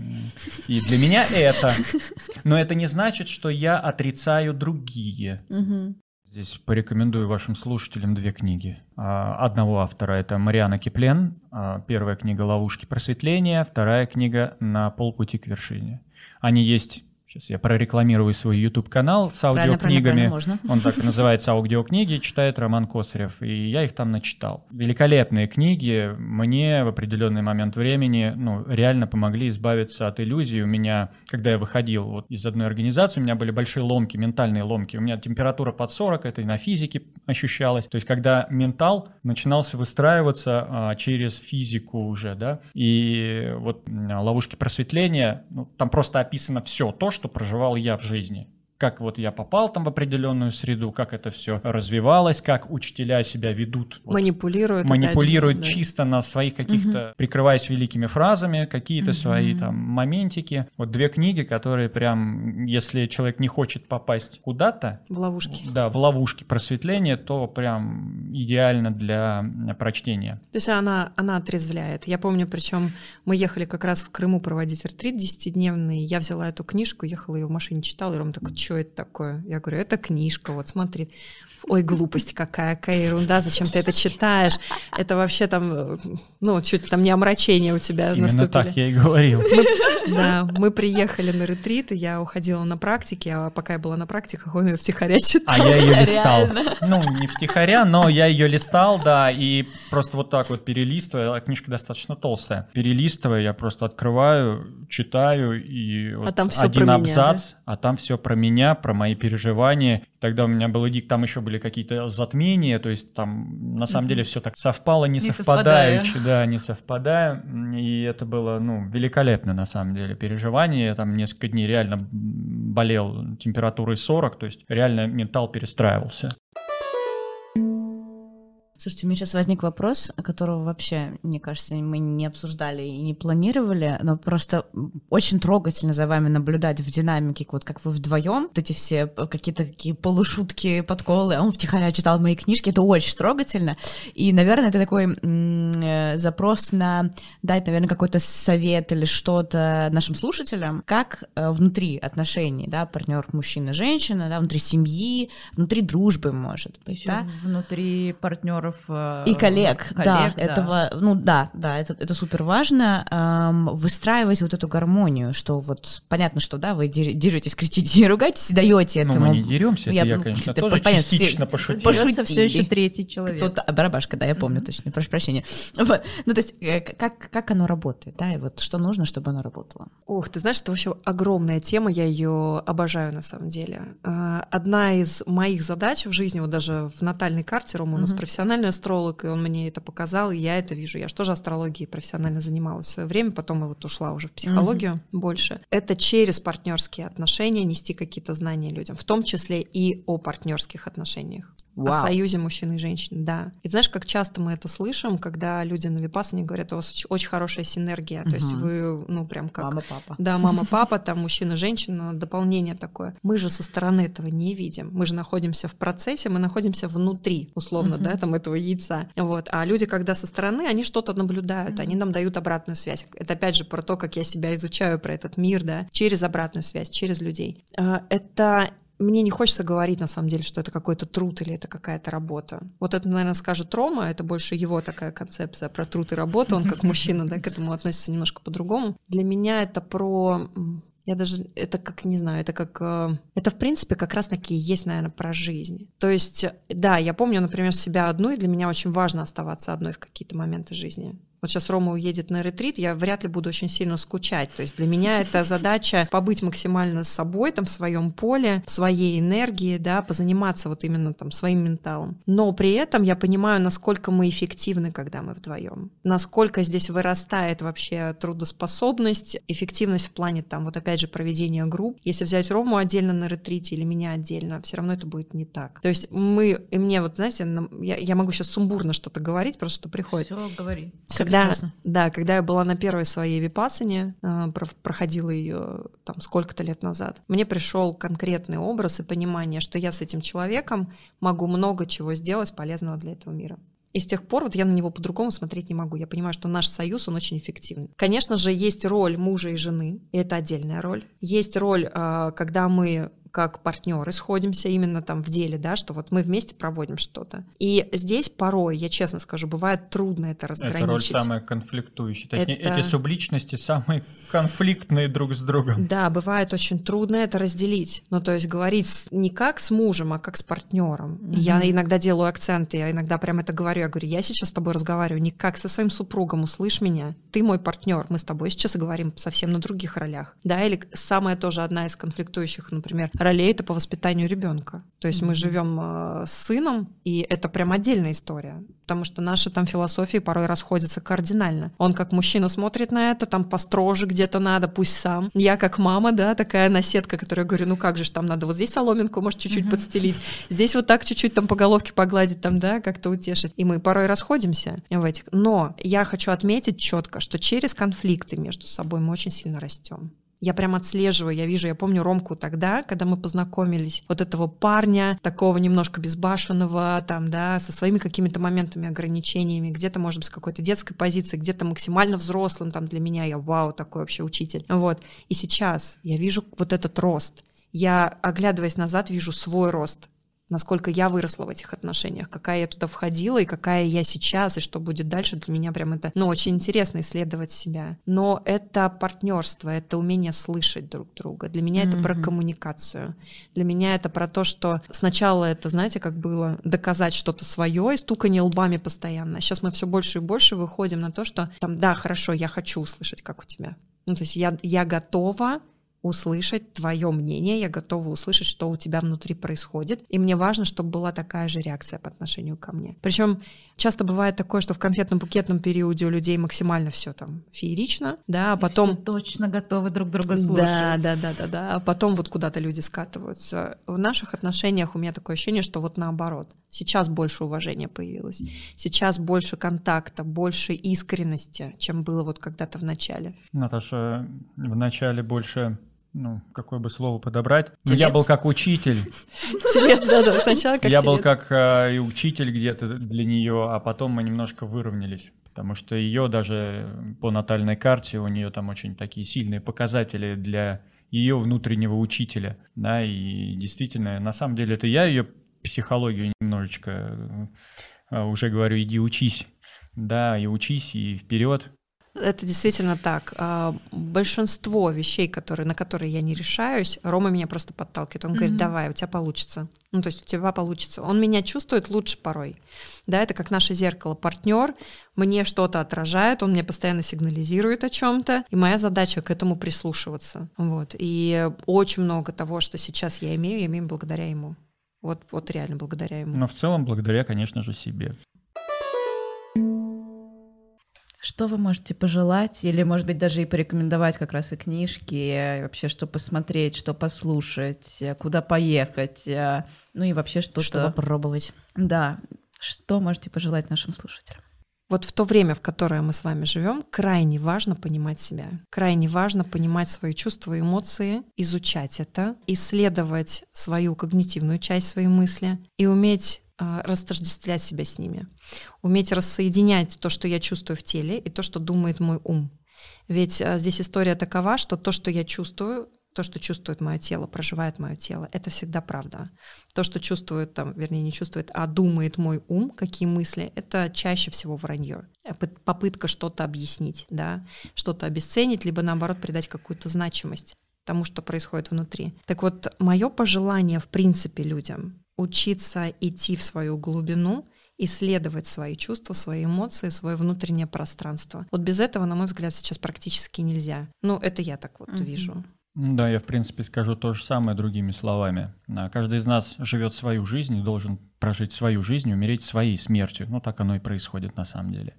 И для меня это, но это не значит, что я отрицаю другие. Здесь порекомендую вашим слушателям 2 книги. Одного автора — это Мариана Киплен. Первая книга «Ловушки просветления», вторая книга «На полпути к вершине». Они есть... Сейчас я прорекламирую свой YouTube-канал с аудиокнигами. Он так и называется «Аудиокниги», читает Роман Косарев, и я их там начитал. Великолепные книги. Мне в определенный момент времени реально помогли избавиться от иллюзий. У меня, когда я выходил из одной организации, у меня были большие ломки, ментальные ломки. У меня температура под 40, это и на физике ощущалось. То есть когда ментал начинался выстраиваться через физику уже, да, и вот «Ловушки просветления», там просто описано все то, что проживал я в жизни. Как вот я попал там в определенную среду, как это все развивалось, как учителя себя ведут. Манипулируют чисто на своих каких-то, прикрываясь великими фразами, какие-то свои там моментики. Вот 2 книги, которые прям, если человек не хочет попасть куда-то... В ловушки. Да, в ловушки просветления, то прям идеально для прочтения. То есть она отрезвляет. Я помню, причем мы ехали как раз в Крыму проводить ретрит 10-дневный. Я взяла эту книжку, ехала ее в машине, читала, и Рома такой: что это такое? Я говорю: это книжка, вот смотри. Ой, глупость какая ерунда, зачем ты это читаешь? Это вообще там, чуть там не омрачение у тебя именно наступили. Именно так я и говорил. Мы приехали на ретрит, и я уходила на практике, а пока я была на практиках, он ее втихаря читал. А я ее листал. Не втихаря, но я ее листал, да, и просто вот так вот перелистывая, а книжка достаточно толстая, перелистывая, я просто открываю, читаю, и вот там все один про абзац, меня, да? А там все про меня, про мои переживания. Тогда у меня был там еще были какие-то затмения, то есть там на самом деле все так совпало, не совпадаючи, да, не совпадая, и это было, великолепно на самом деле переживание. Я там несколько дней реально болел температурой 40, то есть реально ментал перестраивался. Слушайте, у меня сейчас возник вопрос, которого вообще, мне кажется, мы не обсуждали и не планировали, но просто очень трогательно за вами наблюдать в динамике, вот как вы вдвоем, вот эти все какие-то такие полушутки, подколы, а он втихаря читал мои книжки, это очень трогательно, и, наверное, это такой запрос на дать, наверное, какой-то совет или что-то нашим слушателям, как внутри отношений, да, партнер мужчина-женщина, да, внутри семьи, внутри дружбы, может быть, Еще да? внутри партнеров и коллег, да, этого, это супер важно, выстраивать вот эту гармонию, что вот понятно, что, да, вы деретесь, кричите и ругаетесь, и даете этому... мы не деремся, я, конечно, тоже частично пошутил. Дерется все еще третий человек. Кто-то, барабашка, да, я помню точно, прошу прощения. Вот. Ну, то есть, как оно работает, да, и вот что нужно, чтобы оно работало? Ох, ты знаешь, это вообще огромная тема, я ее обожаю на самом деле. Одна из моих задач в жизни, вот даже в натальной карте, Рома у нас профессиональный астролог, и он мне это показал, и я это вижу. Я же тоже астрологией профессионально занималась в свое время, потом я вот ушла уже в психологию больше. Это через партнерские отношения нести какие-то знания людям, в том числе и о партнерских отношениях. О союзе мужчины и женщины, да. И знаешь, как часто мы это слышим, когда люди на випассане говорят, у вас очень хорошая синергия, то есть вы, ну, прям как... Мама-папа. Да, мама-папа, там мужчина-женщина, дополнение такое. Мы же со стороны этого не видим, мы же находимся в процессе, мы находимся внутри, условно, да, там этого яйца. Вот. А люди, когда со стороны, они что-то наблюдают, они нам дают обратную связь. Это опять же про то, как я себя изучаю, про этот мир, да, через обратную связь, через людей. Это... Мне не хочется говорить, на самом деле, что это какой-то труд или это какая-то работа. Вот это, наверное, скажет Рома, это больше его такая концепция про труд и работу, он как мужчина, да, к этому относится немножко по-другому. Для меня это про... Я даже, это как, не знаю, это как... Это, в принципе, как раз-таки и есть, наверное, про жизнь. То есть, да, я помню, например, себя одну, и для меня очень важно оставаться одной в какие-то моменты жизни. Вот сейчас Рома уедет на ретрит, я вряд ли буду очень сильно скучать. То есть для меня это задача побыть максимально с собой, там, в своем поле, в своей энергии, да, позаниматься вот именно там своим менталом. Но при этом я понимаю, насколько мы эффективны, когда мы вдвоем, насколько здесь вырастает вообще трудоспособность, эффективность в плане там вот опять же проведения групп. Если взять Рому отдельно на ретрите или меня отдельно, все равно это будет не так. То есть и мне вот, знаете, я могу сейчас сумбурно что-то говорить, просто что приходит. Все, говори. Когда я была на первой своей випассане, проходила ее там сколько-то лет назад, мне пришел конкретный образ и понимание, что я с этим человеком могу много чего сделать полезного для этого мира. И с тех пор вот я на него по-другому смотреть не могу. Я понимаю, что наш союз, он очень эффективный. Конечно же, есть роль мужа и жены, и это отдельная роль. Есть роль, когда мы как партнеры сходимся именно там в деле, да, что вот мы вместе проводим что-то. И здесь порой, я честно скажу, бывает трудно это разграничить. Это роль самая конфликтующая. Точнее, эти субличности самые конфликтные друг с другом. Да, бывает очень трудно это разделить. Ну, то есть говорить не как с мужем, а как с партнером. Я иногда делаю акценты, я иногда прям это говорю. Я говорю, я сейчас с тобой разговариваю не как со своим супругом, услышь меня, ты мой партнер, мы с тобой сейчас говорим совсем на других ролях. Да, или самая тоже одна из конфликтующих, например, ролей — это по воспитанию ребенка. То есть мы живем с сыном, и это прям отдельная история, потому что наши там философии порой расходятся кардинально. Он как мужчина смотрит на это, там построже где-то надо, пусть сам. Я как мама, да, такая наседка, которая говорю, ну как же ж там надо вот здесь соломинку, может, чуть-чуть подстелить, здесь вот так чуть-чуть там по головке погладить, там, да, как-то утешить. И мы порой расходимся в этих. Но я хочу отметить четко, что через конфликты между собой мы очень сильно растем. Я прям отслеживаю, я вижу, я помню Ромку тогда, когда мы познакомились, вот этого парня, такого немножко безбашенного, там, да, со своими какими-то моментами, ограничениями, где-то, может быть, с какой-то детской позиции, где-то максимально взрослым, там, для меня, я, вау, такой вообще учитель. Вот. И сейчас я вижу вот этот рост. Я, оглядываясь назад, вижу свой рост. Насколько я выросла в этих отношениях, какая я туда входила и какая я сейчас, и что будет дальше, для меня прям это, очень интересно исследовать себя. Но это партнерство, это умение слышать друг друга. Для меня это про коммуникацию. Для меня это про то, что сначала это, знаете, как было, доказать что-то свое и стуканье лбами постоянно. Сейчас мы все больше и больше выходим на то, что там, да, хорошо, я хочу услышать, как у тебя. Ну, то есть я готова услышать твое мнение, я готова услышать, что у тебя внутри происходит, и мне важно, чтобы была такая же реакция по отношению ко мне. Причем часто бывает такое, что в конфетно-букетном периоде у людей максимально все там феерично, да, а потом... Все точно готовы друг друга слушать. Да, а потом вот куда-то люди скатываются. В наших отношениях у меня такое ощущение, что вот наоборот. Сейчас больше уважения появилось, сейчас больше контакта, больше искренности, чем было вот когда-то в начале. Наташа, в начале больше... какое бы слово подобрать. Я был как учитель. Телец, да, сначала как Я телец. был как и учитель где-то для нее, а потом мы немножко выровнялись. потому что ее даже по натальной карте, у нее там очень такие сильные показатели для ее внутреннего учителя, да, и действительно, на самом деле, это я ее психологию немножечко уже говорю, иди учись, да, и учись, и вперед. Это действительно так. Большинство вещей, на которые я не решаюсь, Рома меня просто подталкивает. Он говорит, давай, у тебя получится. Ну, то есть у тебя получится. Он меня чувствует лучше порой. Да, это как наше зеркало. Партнер мне что-то отражает, он мне постоянно сигнализирует о чем-то, и моя задача к этому прислушиваться. Вот. И очень много того, что сейчас я имею благодаря ему. Вот реально благодаря ему. Но в целом благодаря, конечно же, себе. Что вы можете пожелать или, может быть, даже и порекомендовать как раз и книжки, и вообще что посмотреть, что послушать, куда поехать, ну и вообще что-то... Что попробовать. Да. Что можете пожелать нашим слушателям? Вот в то время, в которое мы с вами живем, крайне важно понимать себя. Крайне важно понимать свои чувства и эмоции, изучать это, исследовать свою когнитивную часть, свои мысли и уметь растождествлять себя с ними. Уметь рассоединять то, что я чувствую в теле, и то, что думает мой ум. Ведь здесь история такова, что то, что я чувствую, то, что чувствует мое тело, проживает мое тело, это всегда правда. То, что чувствует, вернее, не чувствует, а думает мой ум, какие мысли, это чаще всего вранье. Попытка что-то объяснить, да, что-то обесценить, либо наоборот придать какую-то значимость тому, что происходит внутри. Так вот, мое пожелание, в принципе, людям — учиться идти в свою глубину, исследовать свои чувства, свои эмоции, свое внутреннее пространство. Вот без этого, на мой взгляд, сейчас практически нельзя. Ну, это я так вот вижу. Да, я, в принципе, скажу то же самое другими словами. Каждый из нас живет свою жизнь и должен прожить свою жизнь, умереть своей смертью. Ну, так оно и происходит на самом деле.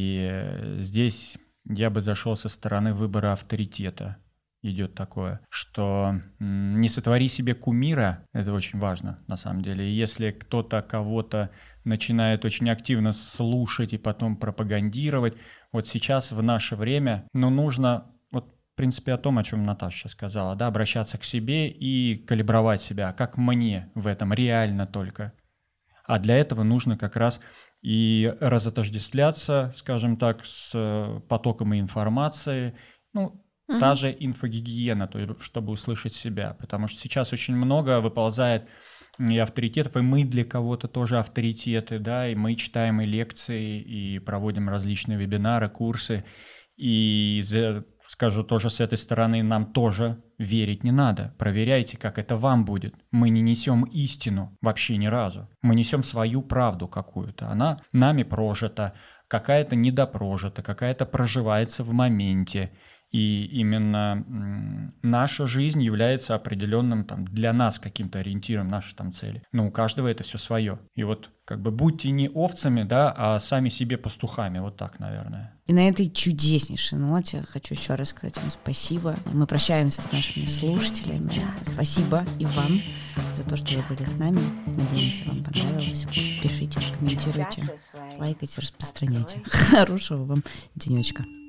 И здесь я бы зашел со стороны выбора авторитета. Идет такое, что не сотвори себе кумира, это очень важно на самом деле. И если кто-то кого-то начинает очень активно слушать и потом пропагандировать, вот сейчас в наше время, нужно, вот в принципе о том, о чем Наташа сейчас сказала, да, обращаться к себе и калибровать себя, как мне в этом реально только. А для этого нужно как раз и разотождествляться, скажем так, с потоком информации, та же инфогигиена, то есть, чтобы услышать себя. Потому что сейчас очень много выползает и авторитетов, и мы для кого-то тоже авторитеты, да, и мы читаем и лекции, и проводим различные вебинары, курсы. И скажу тоже с этой стороны, нам тоже верить не надо. Проверяйте, как это вам будет. Мы не несем истину вообще ни разу. Мы несем свою правду какую-то. Она нами прожита, какая-то недопрожита, какая-то проживается в моменте. И именно наша жизнь является определенным для нас каким-то ориентиром, нашей цели. Но у каждого это все свое. И вот будьте не овцами, да, а сами себе пастухами. Вот так, наверное. И на этой чудеснейшей ноте хочу еще раз сказать вам спасибо. Мы прощаемся с нашими слушателями. Спасибо и вам за то, что вы были с нами. Надеемся, вам понравилось. Пишите, комментируйте, лайкайте, распространяйте. Хорошего вам денечка.